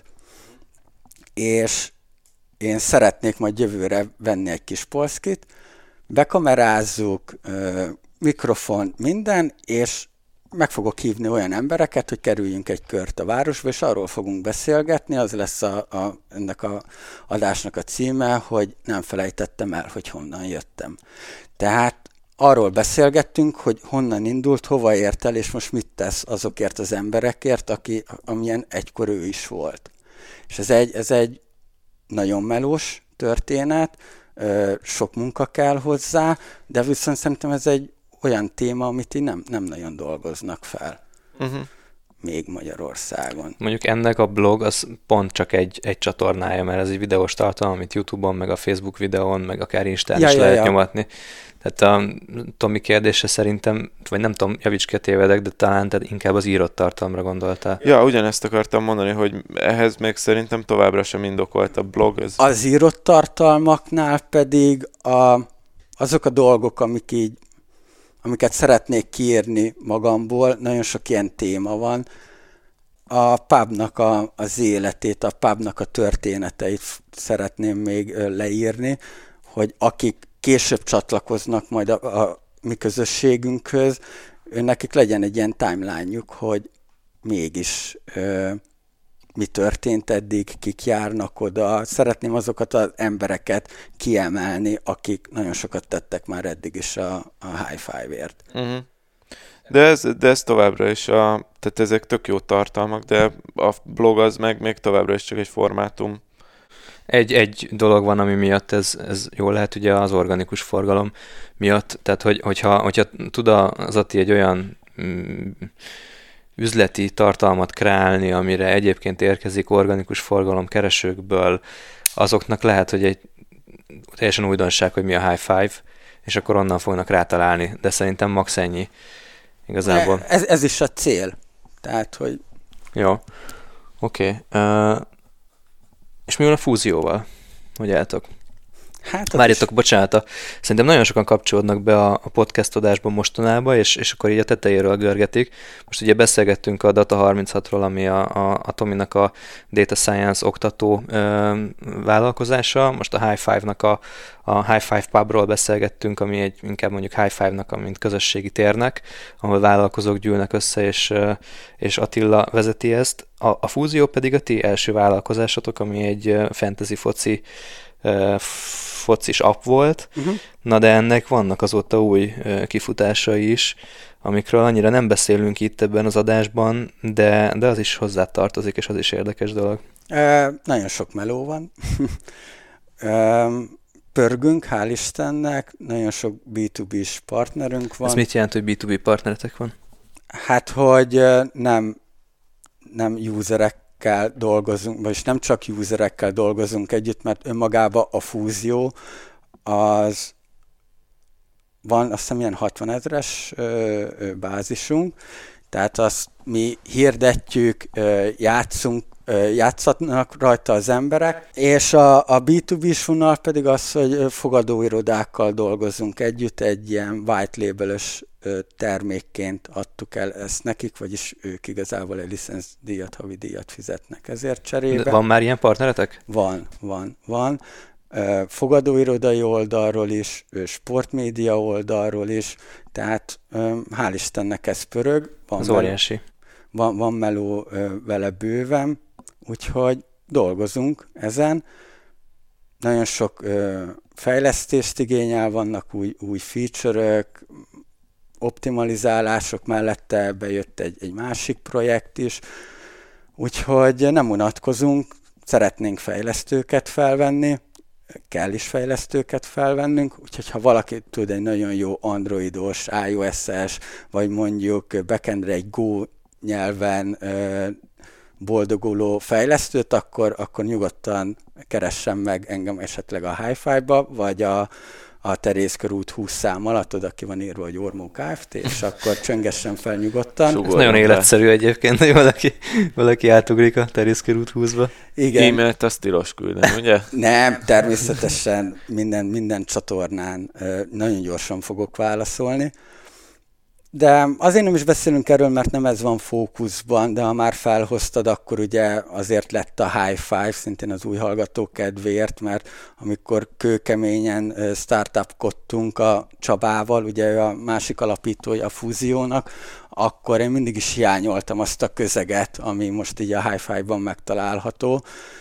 és én szeretnék majd jövőre venni egy kis Polskit, bekamerázzuk, mikrofon, minden, és meg fogok hívni olyan embereket, hogy kerüljünk egy kört a városba, és arról fogunk beszélgetni, az lesz a, a, ennek a adásnak a címe, hogy nem felejtettem el, hogy honnan jöttem. Tehát arról beszélgettünk, hogy honnan indult, hova ért el, és most mit tesz azokért az emberekért, aki, amilyen egykor ő is volt. És ez egy, ez egy nagyon melós történet, sok munka kell hozzá, de viszont szerintem ez egy olyan téma, amit így nem, nem nagyon dolgoznak fel. Uh-huh. Még Magyarországon. Mondjuk ennek a blog az pont csak egy, egy csatornája, mert ez egy videós tartalom, amit YouTube-on, meg a Facebook videón, meg akár Instán ja, is ja, lehet ja. nyomatni. Tehát a Tomi kérdése szerintem, vagy nem tudom, javíts ki a tévedek, de talán tehát inkább az írott tartalomra gondoltál. Ja, ugyanezt akartam mondani, hogy ehhez még szerintem továbbra sem indokolt a blog. Ez... Az írott tartalmaknál pedig a, azok a dolgok, amik így amiket szeretnék kiírni magamból, nagyon sok ilyen téma van. A pubnak a, az életét, a pubnak a történeteit szeretném még leírni, hogy akik később csatlakoznak majd a, a mi közösségünkhöz, nekik legyen egy ilyen timeline-juk, hogy mégis ö, mi történt eddig, kik járnak oda. Szeretném azokat az embereket kiemelni, akik nagyon sokat tettek már eddig is a, a High Five-ért. Uh-huh. De, ez, de ez továbbra is, a, tehát ezek tök jó tartalmak, de a blog az meg még továbbra is csak egy formátum. Egy, egy dolog van, ami miatt ez, ez jól lehet, ugye az organikus forgalom miatt, tehát hogy, hogyha, hogyha tud az Atti egy olyan mm, üzleti tartalmat kreálni, amire egyébként érkezik organikus forgalom keresőkből, azoknak lehet, hogy egy teljesen újdonság, hogy mi a High Five, és akkor onnan fognak rátalálni, de szerintem max ennyi igazából. Ez, ez is a cél. Tehát, hogy... Jó, oké. Okay. Uh, és mi van a fúzióval? Hogy álltok? Hát Várjatok, is... bocsánat, a, szerintem nagyon sokan kapcsolódnak be a, a podcast adásban mostanában, és, és akkor így a tetejéről görgetik. Most ugye beszélgettünk a Data harminchatról, ami a, a, a Tominak a Data Science oktató ö, vállalkozása. Most a High Five-nak a, a High Five Pubról beszélgettünk, ami egy inkább mondjuk High Five-nak, mint közösségi térnek, ahol vállalkozók gyűlnek össze, és, és Attila vezeti ezt. A, a fúzió pedig a ti első vállalkozásotok, ami egy fantasy foci focis app volt, uh-huh. Na de ennek vannak azóta új kifutásai is, amikről annyira nem beszélünk itt ebben az adásban, de, de az is hozzá tartozik, és az is érdekes dolog. E, nagyon sok meló van. e, pörgünk, hál' Istennek, nagyon sok bé kettő bé-s partnerünk van. Ez mit jelent, hogy bé kettő bé partneretek van? Hát, hogy nem, nem userek dolgozunk, vagyis nem csak userekkel dolgozunk együtt, mert önmagában a fúzió az van, azt hiszem ilyen hatvan ezres bázisunk, tehát azt mi hirdetjük, ö, játszunk, ö, játszatnak rajta az emberek, és a, a bé kettő bé-s vonal pedig az, hogy fogadóirodákkal dolgozunk együtt, egy ilyen white label-ös termékként adtuk el ezt nekik, vagyis ők igazából egy licenzdíjat, havi díjat fizetnek ezért cserébe. De van már ilyen partneretek? Van, van, van. Fogadóirodai oldalról is, sportmédia oldalról is, tehát hál' Istennek ez pörög. Van az óriási. Van, van meló vele bőven, úgyhogy dolgozunk ezen. Nagyon sok fejlesztést igényel, vannak új, új feature-ök, optimalizálások mellette bejött egy, egy másik projekt is, úgyhogy nem unatkozunk, szeretnénk fejlesztőket felvenni, kell is fejlesztőket felvennünk, úgyhogy ha valaki tud egy nagyon jó androidos, iOS-es, vagy mondjuk backendre egy Go nyelven boldoguló fejlesztőt, akkor, akkor nyugodtan keressen meg engem esetleg a High Five-ba, vagy a a Terészkörút húsz szám alatt, oda ki van írva, hogy Ormó Kft., és akkor csöngessen fel nyugodtan. Sugoljon. Ez nagyon életszerű egyébként, hogy valaki, valaki átugrik a Terészkörút húszba. Igen. E-mailt azt tilos küldeni, ugye? Nem, természetesen minden, minden csatornán nagyon gyorsan fogok válaszolni. De azért nem is beszélünk erről, mert nem ez van fókuszban, de ha már felhoztad, akkor ugye azért lett a High Five, szintén az új hallgató kedvéért, mert amikor kőkeményen startupkodtunk a Csabával, ugye ő a másik alapítója a fúziónak, akkor én mindig is hiányoltam azt a közeget, ami most így a High Five-ban megtalálható.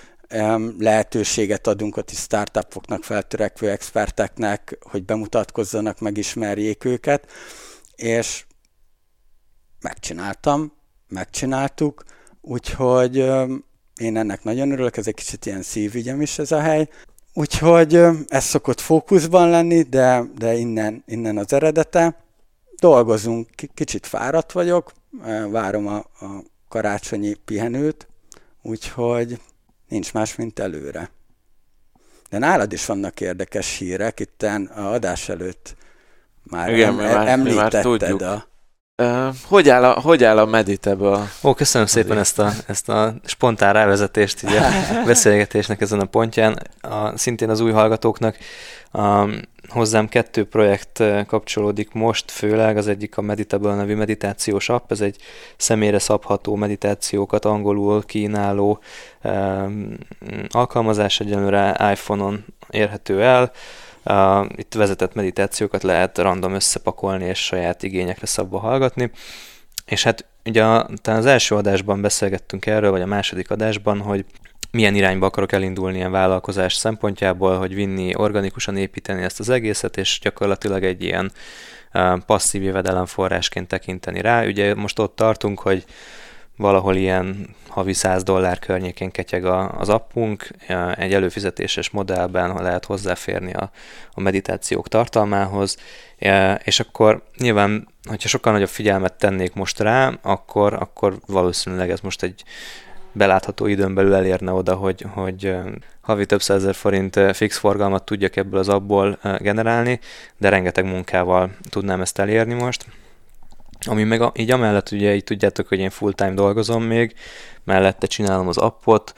Lehetőséget adunk ott is startupoknak, feltörekvő experteknek, hogy bemutatkozzanak, megismerjék őket, és megcsináltam, megcsináltuk, úgyhogy én ennek nagyon örülök, ez egy kicsit ilyen szívügyem is ez a hely. Úgyhogy ez szokott fókuszban lenni, de, de innen, innen az eredete. Dolgozunk, kicsit fáradt vagyok, várom a, a karácsonyi pihenőt, úgyhogy nincs más, mint előre. De nálad is vannak érdekes hírek, itten a adás előtt már, igen, em, már említetted már a... Uh, hogy, áll a, hogy áll a Meditable? Ó, köszönöm szépen ezt a, ezt a spontán rávezetést így a beszélgetésnek ezen a pontján. A, szintén az új hallgatóknak a, hozzám kettő projekt kapcsolódik most, főleg az egyik a Meditable nevű meditációs app, ez egy személyre szabható meditációkat angolul kínáló um, alkalmazás, egyenlőre iPhone-on érhető el. Uh, itt vezetett meditációkat lehet random összepakolni és saját igényekre szabva hallgatni, és hát ugye a, talán az első adásban beszélgettünk erről, vagy a második adásban, hogy milyen irányba akarok elindulni ilyen vállalkozás szempontjából, hogy vinni, organikusan építeni ezt az egészet, és gyakorlatilag egy ilyen uh, passzív jövedelemforrásként tekinteni rá. Ugye most ott tartunk, hogy valahol ilyen havi száz dollár környékén ketyeg a, az appunk, egy előfizetéses modellben lehet hozzáférni a, a meditációk tartalmához, és akkor nyilván, hogyha sokkal nagyobb figyelmet tennék most rá, akkor, akkor valószínűleg ez most egy belátható időn belül elérne oda, hogy, hogy havi több százezer forint fix forgalmat tudjak ebből az appból generálni, de rengeteg munkával tudnám ezt elérni most. Ami meg a, így amellett, ugye így tudjátok, hogy én full-time dolgozom még, mellette csinálom az appot,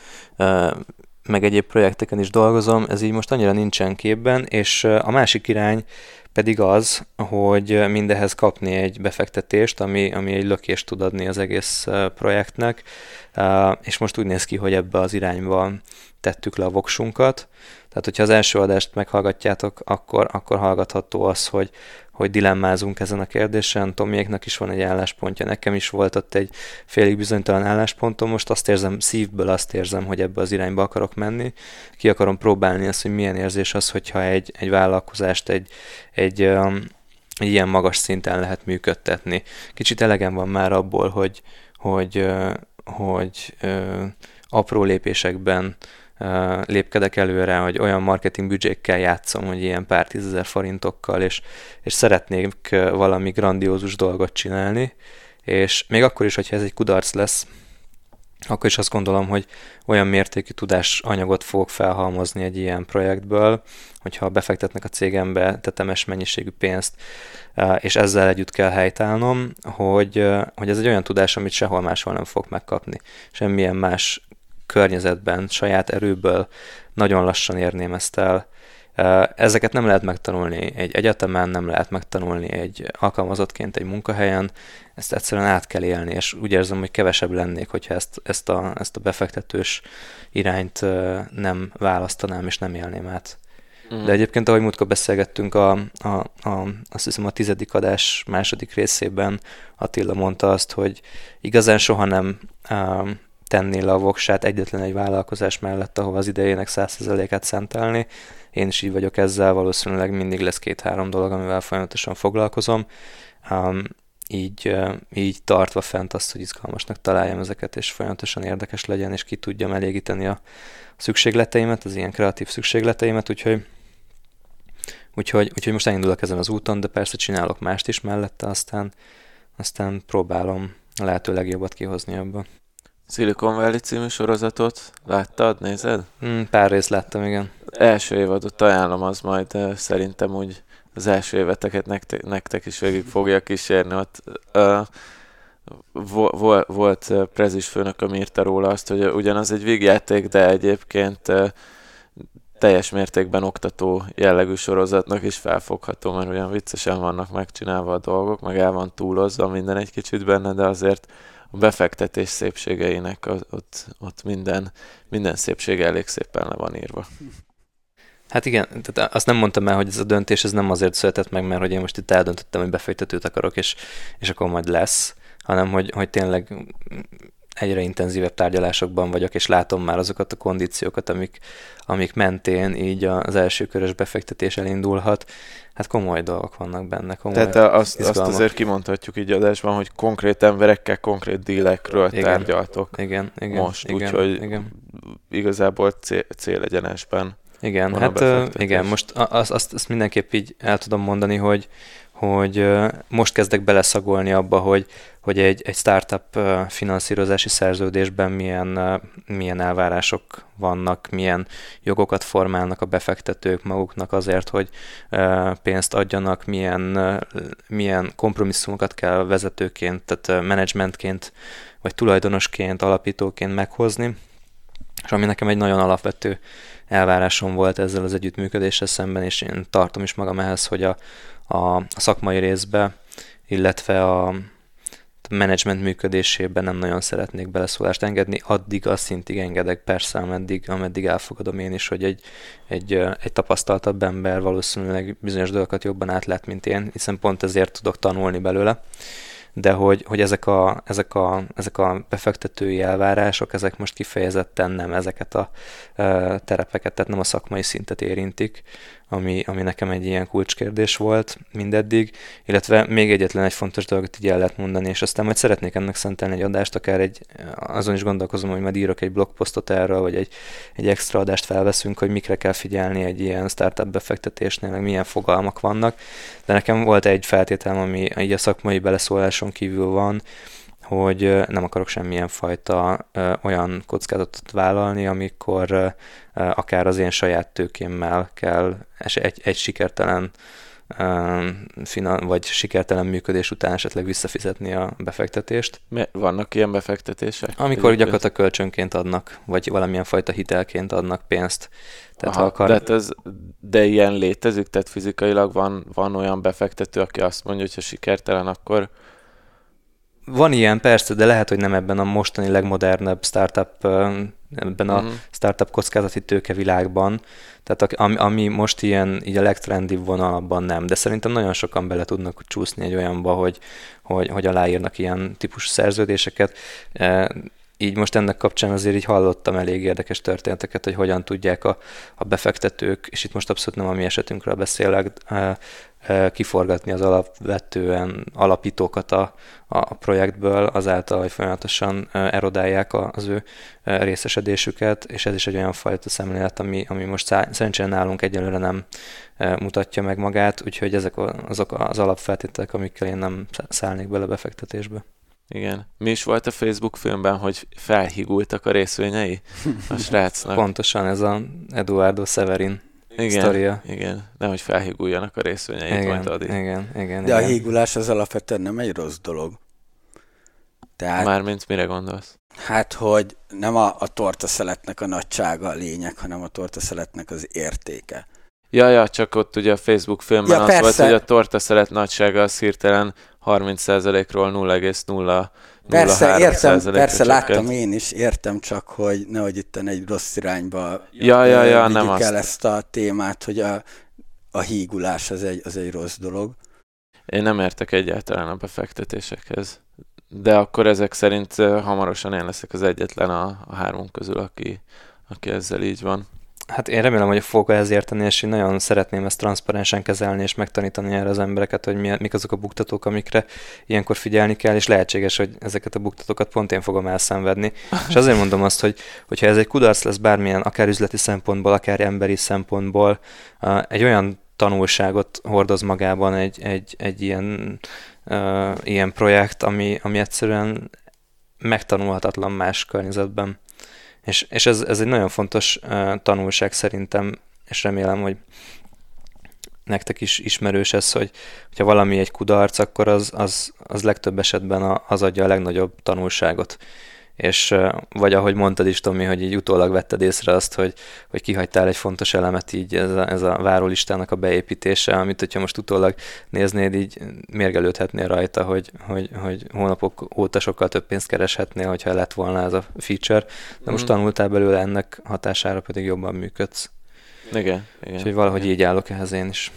meg egyéb projekteken is dolgozom, ez így most annyira nincsen képben, és a másik irány pedig az, hogy mindehhez kapni egy befektetést, ami, ami egy lökést tud adni az egész projektnek, és most úgy néz ki, hogy ebbe az irányba tettük le a voksunkat. Tehát, hogyha az első adást meghallgatjátok, akkor, akkor hallgatható az, hogy, hogy dilemmázunk ezen a kérdésen. Tomiéknak is van egy álláspontja, nekem is volt ott egy félig bizonytalan álláspontom, most azt érzem, szívből azt érzem, hogy ebbe az irányba akarok menni. Ki akarom próbálni azt, hogy milyen érzés az, hogyha egy, egy vállalkozást egy, egy, um, egy ilyen magas szinten lehet működtetni. Kicsit elegem van már abból, hogy, hogy, uh, hogy uh, apró lépésekben Uh, lépkedek előre, hogy olyan marketing büdzsékkel játszom, hogy ilyen pár tízezer forintokkal, és, és szeretnék uh, valami grandiózus dolgot csinálni, és még akkor is, hogyha ez egy kudarc lesz, akkor is azt gondolom, hogy olyan mértékű tudásanyagot fogok felhalmozni egy ilyen projektből, hogyha befektetnek a cégembe tetemes mennyiségű pénzt, uh, és ezzel együtt kell helytállnom, hogy, uh, hogy ez egy olyan tudás, amit sehol máshol nem fogok megkapni. Semmilyen más környezetben, saját erőből nagyon lassan érném ezt el. Ezeket nem lehet megtanulni egy egyetemen, nem lehet megtanulni egy alkalmazottként egy munkahelyen, ezt egyszerűen át kell élni, és úgy érzem, hogy kevesebb lennék, hogyha ezt, ezt, a, ezt a befektetős irányt nem választanám, és nem élném át. Mm. De egyébként, ahogy múltkor beszélgettünk, a, a, a, azt hiszem a tizedik adás második részében Attila mondta azt, hogy igazán soha nem um, tenni le a voksát egyetlen egy vállalkozás mellett, ahova az idejének száz százalékát szentelni. Én is így vagyok ezzel, valószínűleg mindig lesz két-három dolog, amivel folyamatosan foglalkozom. Um, így, uh, így tartva fent azt, hogy izgalmasnak találjam ezeket, és folyamatosan érdekes legyen, és ki tudjam elégíteni a szükségleteimet, az ilyen kreatív szükségleteimet, úgyhogy, úgyhogy, úgyhogy most elindulok ezen az úton, de persze csinálok mást is mellette, aztán, aztán próbálom a lehető legjobbat kihozni abban. Silicon Valley című sorozatot láttad, nézed? Mm, pár részt láttam, igen. Első évadot ajánlom, az majd uh, szerintem úgy az első éveteket nektek, nektek is végig fogja kísérni. Ott uh, vo- volt uh, prezis főnök, ami írta róla azt, hogy ugyanaz egy vígjáték, de egyébként uh, teljes mértékben oktató jellegű sorozatnak is felfogható, mert olyan viccesen vannak megcsinálva a dolgok, meg el van túlozva minden egy kicsit benne, de azért a befektetés szépségeinek ott, ott minden, minden szépsége elég szépen le van írva. Hát igen, tehát azt nem mondtam el, hogy ez a döntés ez nem azért született meg, mert hogy én most itt eldöntöttem, hogy befektetőt akarok, és, és akkor majd lesz, hanem hogy, hogy tényleg egyre intenzívebb tárgyalásokban vagyok, és látom már azokat a kondíciókat, amik, amik mentén így az első körös befektetés elindulhat. Hát komoly dolgok vannak benne, komoly Tehát azt, azt azért kimondhatjuk így adásban, hogy konkrét emberekkel, konkrét dílekről igen, tárgyaltok igen, igen, most, úgyhogy igazából cél, célegyenesben. Igen, hát igen, most azt, azt, azt mindenképp így el tudom mondani, hogy, hogy most kezdek beleszagolni abba, hogy, hogy egy, egy startup finanszírozási szerződésben milyen, milyen elvárások vannak, milyen jogokat formálnak a befektetők maguknak azért, hogy pénzt adjanak, milyen, milyen kompromisszumokat kell vezetőként, tehát menedzsmentként, vagy tulajdonosként, alapítóként meghozni, és ami nekem egy nagyon alapvető elvárásom volt ezzel az együttműködéssel szemben, és én tartom is magam ehhez, hogy a, a, a szakmai részbe, illetve a menedzsment működésében nem nagyon szeretnék beleszólást engedni, addig a szintig engedek persze, ameddig, ameddig elfogadom én is, hogy egy, egy, egy tapasztaltabb ember valószínűleg bizonyos dolgokat jobban átlát, mint én, hiszen pont ezért tudok tanulni belőle. de hogy, hogy ezek, a, ezek, a, ezek a befektetői elvárások, ezek most kifejezetten nem ezeket a uh, terepeket, tehát nem a szakmai szintet érintik, ami, ami nekem egy ilyen kulcskérdés volt mindeddig, illetve még egyetlen egy fontos dolgot így el lehet mondani, és aztán majd szeretnék ennek szentelni egy adást, akár egy, azon is gondolkozom, hogy majd írok egy blogposztot erről, vagy egy, egy extra adást felveszünk, hogy mikre kell figyelni egy ilyen startup befektetésnél, meg milyen fogalmak vannak, de nekem volt egy feltételem, ami így a szakmai beleszóláson kívül van, hogy nem akarok semmilyen fajta ö, olyan kockázatot vállalni, amikor ö, akár az én saját tőkémmel kell egy, egy sikertelen ö, finan- vagy sikertelen működés után esetleg visszafizetni a befektetést. Vannak ilyen befektetések? Amikor egyébként gyakorlatilag kölcsönként adnak, vagy valamilyen fajta hitelként adnak pénzt. Tehát Aha, akar... de, ez, de ilyen létezik? Tehát fizikailag van, van olyan befektető, aki azt mondja, hogy ha sikertelen, akkor... Van ilyen, persze, de lehet, hogy nem ebben a mostani legmodernebb startup, ebben a uh-huh. startup kockázati tőke világban. Tehát ami, ami most ilyen, így a legtrendibb vonalban nem. De szerintem nagyon sokan bele tudnak csúszni egy olyanba, hogy, hogy, hogy aláírnak ilyen típusú szerződéseket. Így most ennek kapcsán azért így hallottam elég érdekes történeteket, hogy hogyan tudják a, a befektetők, és itt most abszolút nem a mi esetünkről beszélek, kiforgatni az alapvetően alapítókat a, a projektből, azáltal, hogy folyamatosan erodálják az ő részesedésüket, és ez is egy olyan fajta szemlélet, ami, ami most szá- szerencsére nálunk egyelőre nem mutatja meg magát, úgyhogy ezek azok az alapfeltételek, amikkel én nem szállnék bele befektetésbe. Igen. Mi is volt a Facebook filmben, hogy felhigultak a részvényei a srácnak? Pontosan ez a Eduardo Severin igen, sztoria. Igen, nehogy felhiguljanak a részvényeit igen, majd addig. Igen, igen, De igen. a hígulás az alapvetően nem egy rossz dolog. Tehát, Mármint mire gondolsz? Hát, hogy nem a, a tortaszeletnek a nagysága a lényeg, hanem a tortaszeletnek az értéke. Ja, ja, csak ott ugye a Facebook filmben ja, az persze. volt, hogy a tortaszelet nagysága az hirtelen harminc százalékról nulla egész nulla nulla Persze, értem, persze csökkent. láttam én is, értem csak, hogy nehogy itt egy rossz irányba ja, ja, ja, vigyük nem el azt. ezt a témát, hogy a, a hígulás az egy, az egy rossz dolog. Én nem értek egyáltalán a befektetésekhez. De akkor ezek szerint hamarosan én leszek az egyetlen a, a hármunk közül, aki, aki ezzel így van. Hát én remélem, hogy fogok ehhez érteni, és én nagyon szeretném ezt transzparensen kezelni, és megtanítani erre az embereket, hogy milyen, mik azok a buktatók, amikre ilyenkor figyelni kell, és lehetséges, hogy ezeket a buktatókat pont én fogom elszenvedni. És azért mondom azt, hogy hogyha ez egy kudarc lesz bármilyen, akár üzleti szempontból, akár emberi szempontból, egy olyan tanulságot hordoz magában egy, egy, egy ilyen, uh, ilyen projekt, ami, ami egyszerűen megtanulhatatlan más környezetben. És, és ez, ez egy nagyon fontos uh, tanulság szerintem, és remélem, hogy nektek is ismerős ez, hogy ha valami egy kudarc, akkor az, az, az legtöbb esetben a, az adja a legnagyobb tanulságot. És uh, vagy ahogy mondtad is, Tomi, hogy így utólag vetted észre azt, hogy, hogy kihagytál egy fontos elemet, így ez a, ez a várólistának a beépítése, amit hogyha most utólag néznéd, így mérgelődhetnél rajta, hogy, hogy, hogy hónapok óta sokkal több pénzt kereshetnél, hogyha lett volna ez a feature, de most tanultál belőle, ennek hatására pedig jobban működsz. Igen, igen. Úgyhogy valahogy igen. így állok ehhez én is.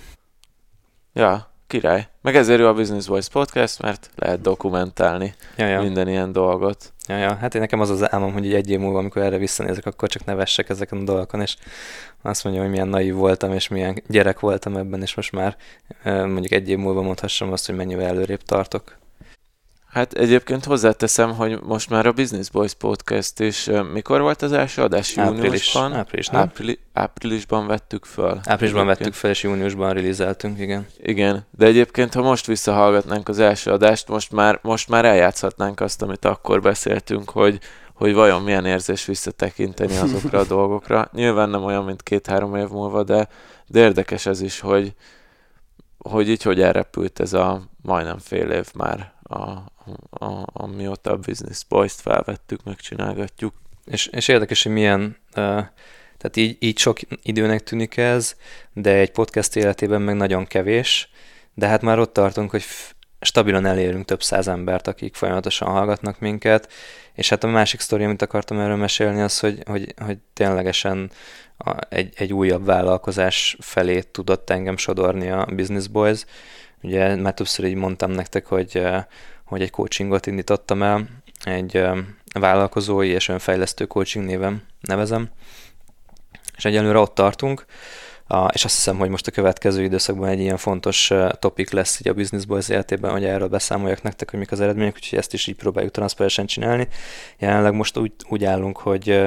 Ja, király. Meg ezért jó a Business Boys Podcast, mert lehet dokumentálni ja, ja. minden ilyen dolgot. Ja, ja. Hát én nekem az az álmom, hogy egy év múlva, amikor erre visszanézek, akkor csak nevessek ezeken a dolgokon, és azt mondjam, hogy milyen naív voltam, és milyen gyerek voltam ebben, és most már mondjuk egy év múlva mondhassam azt, hogy mennyivel előrébb tartok. Hát egyébként hozzáteszem, hogy most már a Business Boys Podcast is, mikor volt az első adás? Júniusban? Április, Április, áprilisban vettük föl. Áprilisban egyébként. vettük föl, és júniusban releaseltünk, igen. Igen, de egyébként, ha most visszahallgatnánk az első adást, most már, most már eljátszhatnánk azt, amit akkor beszéltünk, hogy, hogy vajon milyen érzés visszatekinteni azokra a dolgokra. Nyilván nem olyan, mint két-három év múlva, de, de érdekes ez is, hogy, hogy így hogy elrepült ez a majdnem fél év már, a, a, amióta a Business Boys-t felvettük, megcsinálgatjuk. És, és érdekes, hogy milyen, uh, tehát így, így sok időnek tűnik ez, de egy podcast életében meg nagyon kevés, de hát már ott tartunk, hogy f- stabilan elérünk több száz embert, akik folyamatosan hallgatnak minket, és hát a másik sztori, amit akartam erről mesélni, az, hogy, hogy, hogy ténylegesen a, egy, egy újabb vállalkozás felé tudott engem sodorni a Business Boys. Ugye már többször így mondtam nektek, hogy, hogy egy coachingot indítottam el, egy vállalkozói és önfejlesztő coaching néven nevezem, és egyelőre ott tartunk, és azt hiszem, hogy most a következő időszakban egy ilyen fontos topik lesz így a Business Boys életében, hogy erről beszámoljak nektek, hogy mik az eredmények, úgyhogy ezt is így próbáljuk transzparensen csinálni. Jelenleg most úgy, úgy állunk, hogy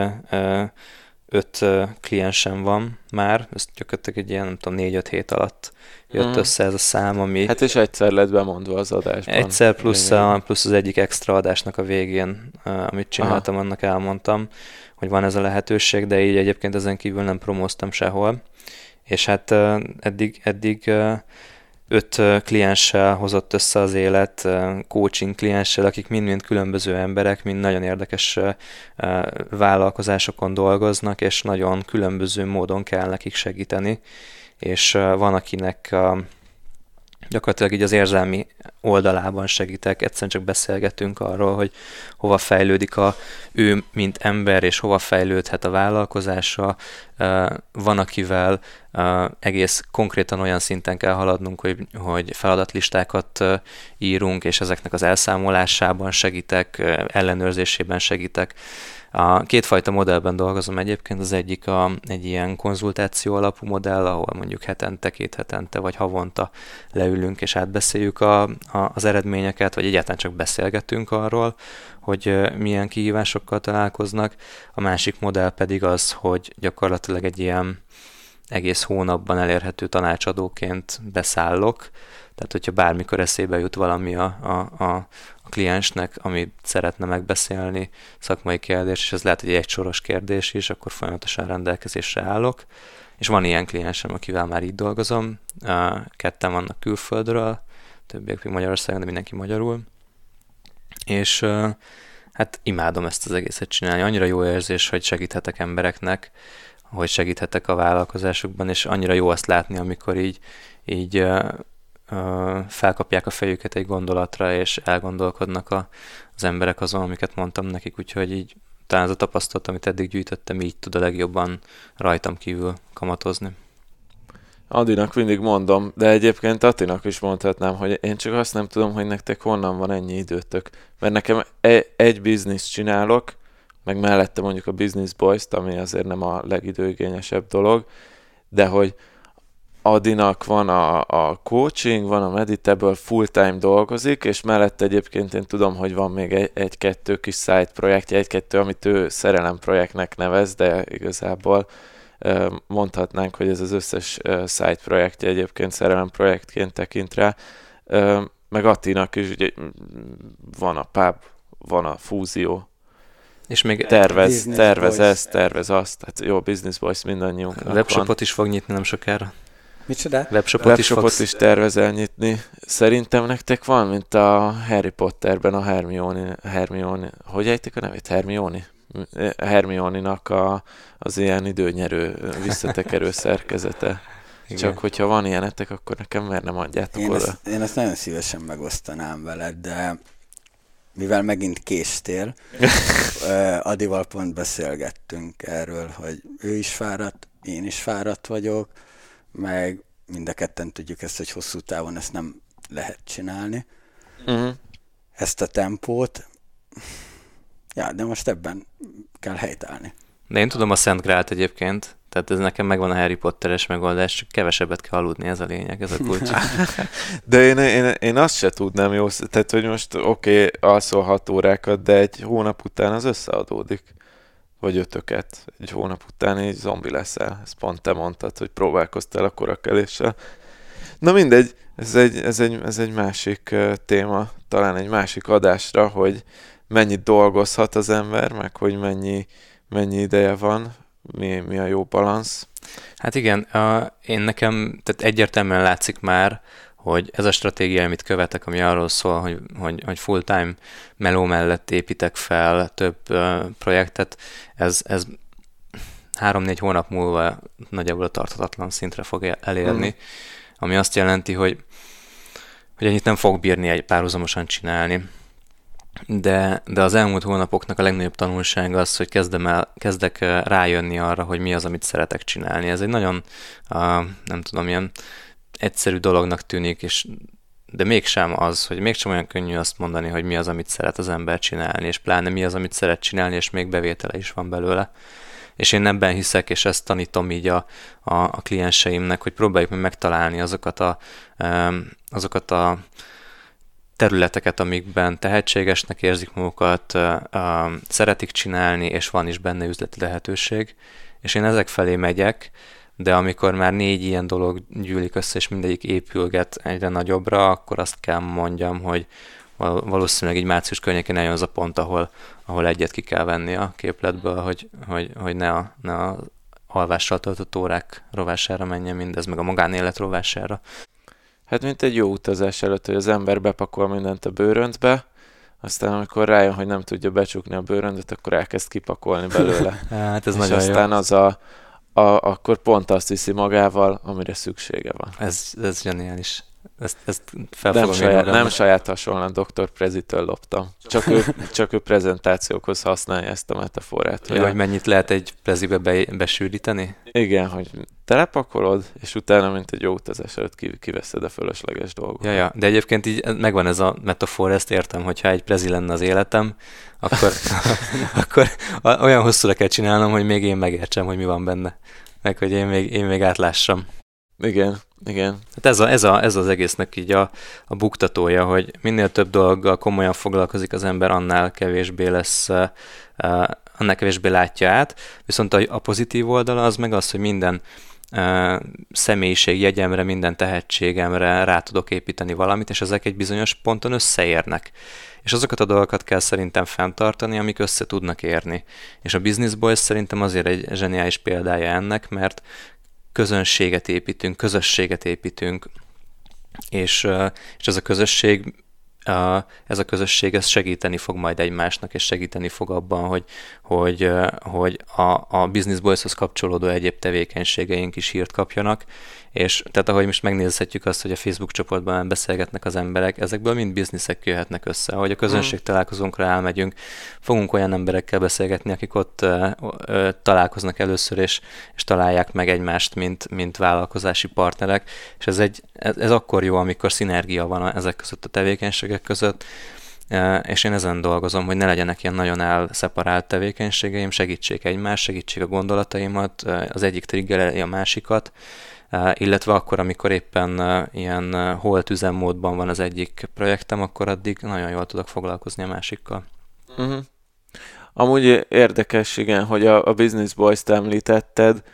öt kliensem van már, ez gyakorlatilag egy ilyen, nem tudom, négy-öt hét alatt jött mm. össze ez a szám, ami... Hát és egyszer lett bemondva az adásban. Egyszer plusz, a, plusz az egyik extra adásnak a végén, amit csináltam, Aha. annak elmondtam, hogy van ez a lehetőség, de így egyébként ezen kívül nem promóztam sehol. És hát eddig, eddig öt klienssel hozott össze az élet, coaching klienssel, akik mind-mind különböző emberek, mind nagyon érdekes vállalkozásokon dolgoznak, és nagyon különböző módon kell nekik segíteni. És van, akinek gyakorlatilag így az érzelmi oldalában segítek, egyszerűen csak beszélgetünk arról, hogy hova fejlődik a, ő, mint ember, és hova fejlődhet a vállalkozása. Van, akivel egész konkrétan olyan szinten kell haladnunk, hogy, hogy feladatlistákat írunk, és ezeknek az elszámolásában segítek, ellenőrzésében segítek. A kétfajta modellben dolgozom egyébként, az egyik a, egy ilyen konzultáció alapú modell, ahol mondjuk hetente, két hetente vagy havonta leülünk és átbeszéljük a, a, az eredményeket, vagy egyáltalán csak beszélgetünk arról, hogy milyen kihívásokkal találkoznak. A másik modell pedig az, hogy gyakorlatilag egy ilyen egész hónapban elérhető tanácsadóként beszállok, tehát hogyha bármikor eszébe jut valami a, a, a, a kliensnek, amit szeretne megbeszélni, szakmai kérdés, és ez lehet, hogy egy soros kérdés is, akkor folyamatosan rendelkezésre állok. És van ilyen kliensem, akivel már így dolgozom, ketten vannak külföldről, többiek még Magyarországon, de mindenki magyarul. És hát imádom ezt az egészet csinálni. Annyira jó érzés, hogy segíthetek embereknek, hogy segíthetek a vállalkozásukban, és annyira jó azt látni, amikor így, így felkapják a fejüket egy gondolatra, és elgondolkodnak a, az emberek azon, amiket mondtam nekik, úgyhogy így talán az a tapasztalat, amit eddig gyűjtöttem, így tud a legjobban rajtam kívül kamatozni. Adinak mindig mondom, de egyébként Attinak is mondhatnám, hogy én csak azt nem tudom, hogy nektek honnan van ennyi időtök. Mert nekem egy bizniszt csinálok, meg mellette mondjuk a Business Boys-t, ami azért nem a legidőigényesebb dolog, de hogy Adinak van a, a coaching, van a Meditable, full-time dolgozik, és mellette egyébként én tudom, hogy van még egy, egy-kettő kis side projektje, egy-kettő, amit ő szerelem projektnek nevez, de igazából mondhatnánk, hogy ez az összes side projektje egyébként szerelem projektként tekint rá. Meg Attinak is ugye van a pub, van a fúzió, és még tervez, tervez ezt, tervez azt. Hát jó, Business Boys mindannyiunknak van. Webshopot is fog nyitni nem sokára. Micsoda? Webshopot, Webshopot is, is tervez elnyitni. Szerintem nektek van, mint a Harry Potterben a Hermione, Hermione, hogy ejtik a nevét? Hermione? Hermione-nak a, az ilyen időnyerő, visszatekerő szerkezete. Igen. Csak hogyha van ilyenetek, akkor nekem miért nem adjátok én oda? Ezt, én ezt nagyon szívesen megosztanám veled, de mivel megint késtél, Adival pont beszélgettünk erről, hogy ő is fáradt, én is fáradt vagyok, meg mind a ketten tudjuk ezt, hogy hosszú távon ezt nem lehet csinálni. Uh-huh. Ezt a tempót. Ja, de most ebben kell helytállni. De én tudom a Szent Grált egyébként, tehát ez nekem megvan a Harry Potteres megoldás, csak kevesebbet kell aludni, ez a lényeg, ez a kulcs. De én, én, én azt se tudnám jó, tehát hogy most oké, okay, alszol hat órákat, de egy hónap után az összeadódik. Vagy ötöket. Egy hónap után így zombi leszel. Ezt pont te mondtad, hogy próbálkoztál a korakeléssel. Na mindegy, ez egy, ez egy, ez egy másik uh, téma, talán egy másik adásra, hogy mennyit dolgozhat az ember, meg hogy mennyi, mennyi ideje van, mi, mi a jó balansz. Hát igen, uh, én nekem, tehát egyértelműen látszik már, hogy ez a stratégia, amit követek, ami arról szól, hogy, hogy, hogy full-time meló mellett építek fel több uh, projektet, ez, ez három-négy hónap múlva nagyjából a tarthatatlan szintre fog elérni, mm. ami azt jelenti, hogy, hogy ennyit nem fog bírni egy párhuzamosan csinálni. De, de az elmúlt hónapoknak a legnagyobb tanulsága az, hogy kezdem el, kezdek rájönni arra, hogy mi az, amit szeretek csinálni. Ez egy nagyon, uh, nem tudom, ilyen egyszerű dolognak tűnik, és de mégsem az, hogy mégsem olyan könnyű azt mondani, hogy mi az, amit szeret az ember csinálni, és pláne mi az, amit szeret csinálni, és még bevétele is van belőle. És én ebben hiszek, és ezt tanítom így a, a, a klienseimnek, hogy próbáljuk meg megtalálni azokat a, azokat a területeket, amikben tehetségesnek érzik magukat, szeretik csinálni, és van is benne üzleti lehetőség. És én ezek felé megyek, de amikor már négy ilyen dolog gyűlik össze, és mindegyik épülget egyre nagyobbra, akkor azt kell mondjam, hogy valószínűleg így március környékén eljön az a pont, ahol, ahol egyet ki kell venni a képletből, hogy, hogy, hogy ne a, ne a alvással töltött órák rovására menjen mindez, meg a magánélet rovására. Hát mint egy jó utazás előtt, hogy az ember bepakol mindent a bőröntbe, aztán amikor rájön, hogy nem tudja becsukni a bőröndöt, akkor elkezd kipakolni belőle. Hát ez és nagyon aztán jó. az a, a, akkor pont azt viszi magával, amire szüksége van. Ez, ez zseniális. Ezt, ezt fel Nem fogom saját, írni. nem saját hasonlóan doktor Prezitől loptam. Csak ő, csak ő prezentációkhoz használja ezt a metaforát. Hogy, hogy mennyit lehet egy prezibe be, besűríteni? Igen, hogy telepakolod, és utána, mint egy jó utazás előtt kiveszed a fölösleges dolgokat. Ja, ja, de egyébként így megvan ez a metafor, ezt értem, hogyha egy prezi lenne az életem, akkor, akkor olyan hosszúra kell csinálnom, hogy még én megértsem, hogy mi van benne. Meg hogy én még, én még átlássam. Igen, igen. Hát ez, a, ez, a, ez az egésznek így a, a buktatója, hogy minél több dologgal komolyan foglalkozik az ember, annál kevésbé lesz, uh, annál kevésbé látja át. Viszont a, a pozitív oldala az meg az, hogy minden uh, személyiségjegyemre, minden tehetségemre rá tudok építeni valamit, és ezek egy bizonyos ponton összeérnek. És azokat a dolgokat kell szerintem fenntartani, amik össze tudnak érni. És a Business Boys szerintem azért egy zseniális példája ennek, mert közönséget építünk, közösséget építünk, és, és ez a közösség, ez a közösség ez segíteni fog majd egymásnak, és segíteni fog abban, hogy, hogy, hogy a, a Business Boyshoz kapcsolódó egyéb tevékenységeink is hírt kapjanak, és tehát ahogy most megnézhetjük azt, hogy a Facebook csoportban beszélgetnek az emberek, ezekből mind bizniszek jöhetnek össze. Ahogy a közönség mm. találkozónkra elmegyünk, fogunk olyan emberekkel beszélgetni, akik ott ö, ö, találkoznak először, és, és találják meg egymást, mint, mint vállalkozási partnerek, és ez, egy, ez, ez akkor jó, amikor szinergia van ezek között a tevékenységek között, és én ezen dolgozom, hogy ne legyenek ilyen nagyon elszeparált tevékenységeim, segítsék egymást, segítsék a gondolataimat, az egyik triggereli a másikat, illetve akkor, amikor éppen ilyen holt üzemmódban van az egyik projektem, akkor addig nagyon jól tudok foglalkozni a másikkal. Uh-huh. Amúgy érdekes, igen, hogy a, a Business Boys-t említetted,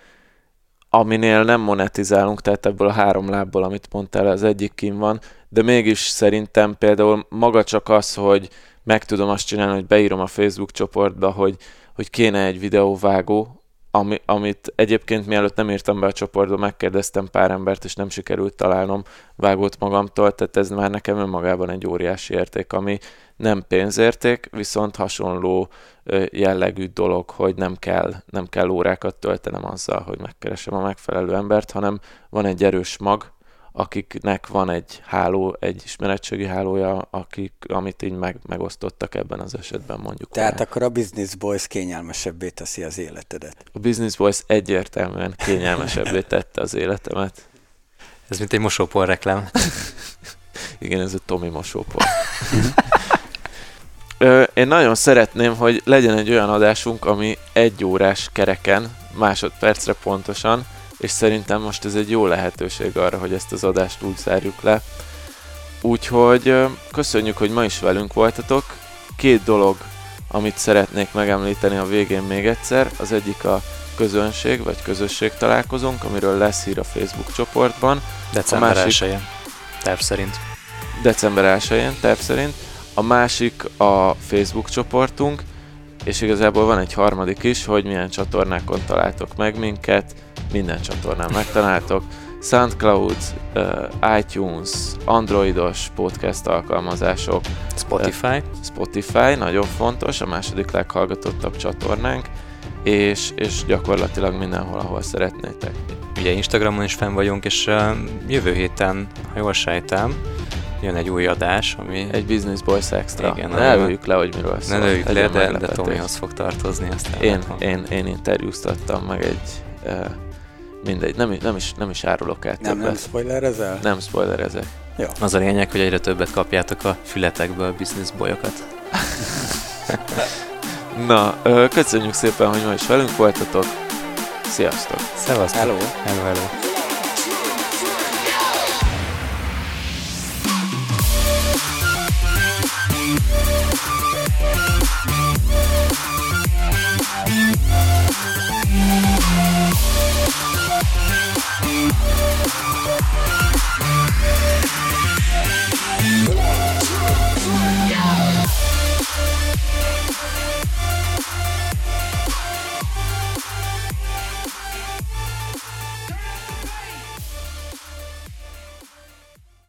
aminél nem monetizálunk, tehát ebből a három lábból, amit mondtál, az egyik kim van, de mégis szerintem például maga csak az, hogy meg tudom azt csinálni, hogy beírom a Facebook csoportba, hogy, hogy kéne egy videóvágó, Ami, amit egyébként mielőtt nem írtam be a csoportba, megkérdeztem pár embert, és nem sikerült találnom vágót magamtól, tehát ez már nekem önmagában egy óriási érték, ami nem pénzérték, viszont hasonló jellegű dolog, hogy nem kell, nem kell órákat töltenem azzal, hogy megkeresem a megfelelő embert, hanem van egy erős mag, akiknek van egy háló, egy ismeretségi hálója, akik, amit így meg, megosztottak ebben az esetben mondjuk. Tehát olyan. akkor a Business Boys kényelmesebbé teszi az életedet. A Business Boys egyértelműen kényelmesebbé tette az életemet. Ez mint egy mosópor reklám. Igen, ez a Tomi mosópor. Ö, én nagyon szeretném, hogy legyen egy olyan adásunk, ami egy órás kereken, másodpercre pontosan, és szerintem most ez egy jó lehetőség arra, hogy ezt az adást úgy zárjuk le. Úgyhogy köszönjük, hogy ma is velünk voltatok. Két dolog, amit szeretnék megemlíteni a végén még egyszer. Az egyik a közönség, vagy közösség találkozónk, amiről lesz hír a Facebook csoportban. December elsején, terv szerint. December elsején, terv szerint. A másik a Facebook csoportunk, és igazából van egy harmadik is, hogy milyen csatornákon találtok meg minket. Minden csatornán megtaláltok. SoundCloud, uh, iTunes, androidos podcast alkalmazások. Spotify. Uh, Spotify, nagyon fontos, a második leghallgatottabb csatornánk, és, és gyakorlatilag mindenhol, ahol szeretnétek. Ugye Instagramon is fenn vagyunk, és uh, jövő héten, ha jól sejtem, jön egy új adás, ami... Egy Business Boys Extra. Igen, ne lőjük le, hogy miről szól. Ne lőjük le, de, de Tomihoz Tomihoz fog tartozni. Én, én, én interjúztattam meg egy... Uh, mindegy, nem, nem, is, nem is árulok el Nem, nem spoilerezel? Nem spoilerezek. Jó. Az a lényeg, hogy egyre többet kapjátok a fületekből a business bolyokat. Na, köszönjük szépen, hogy ma is velünk voltatok. Sziasztok! Szevasztok! Hello! Hello, hello!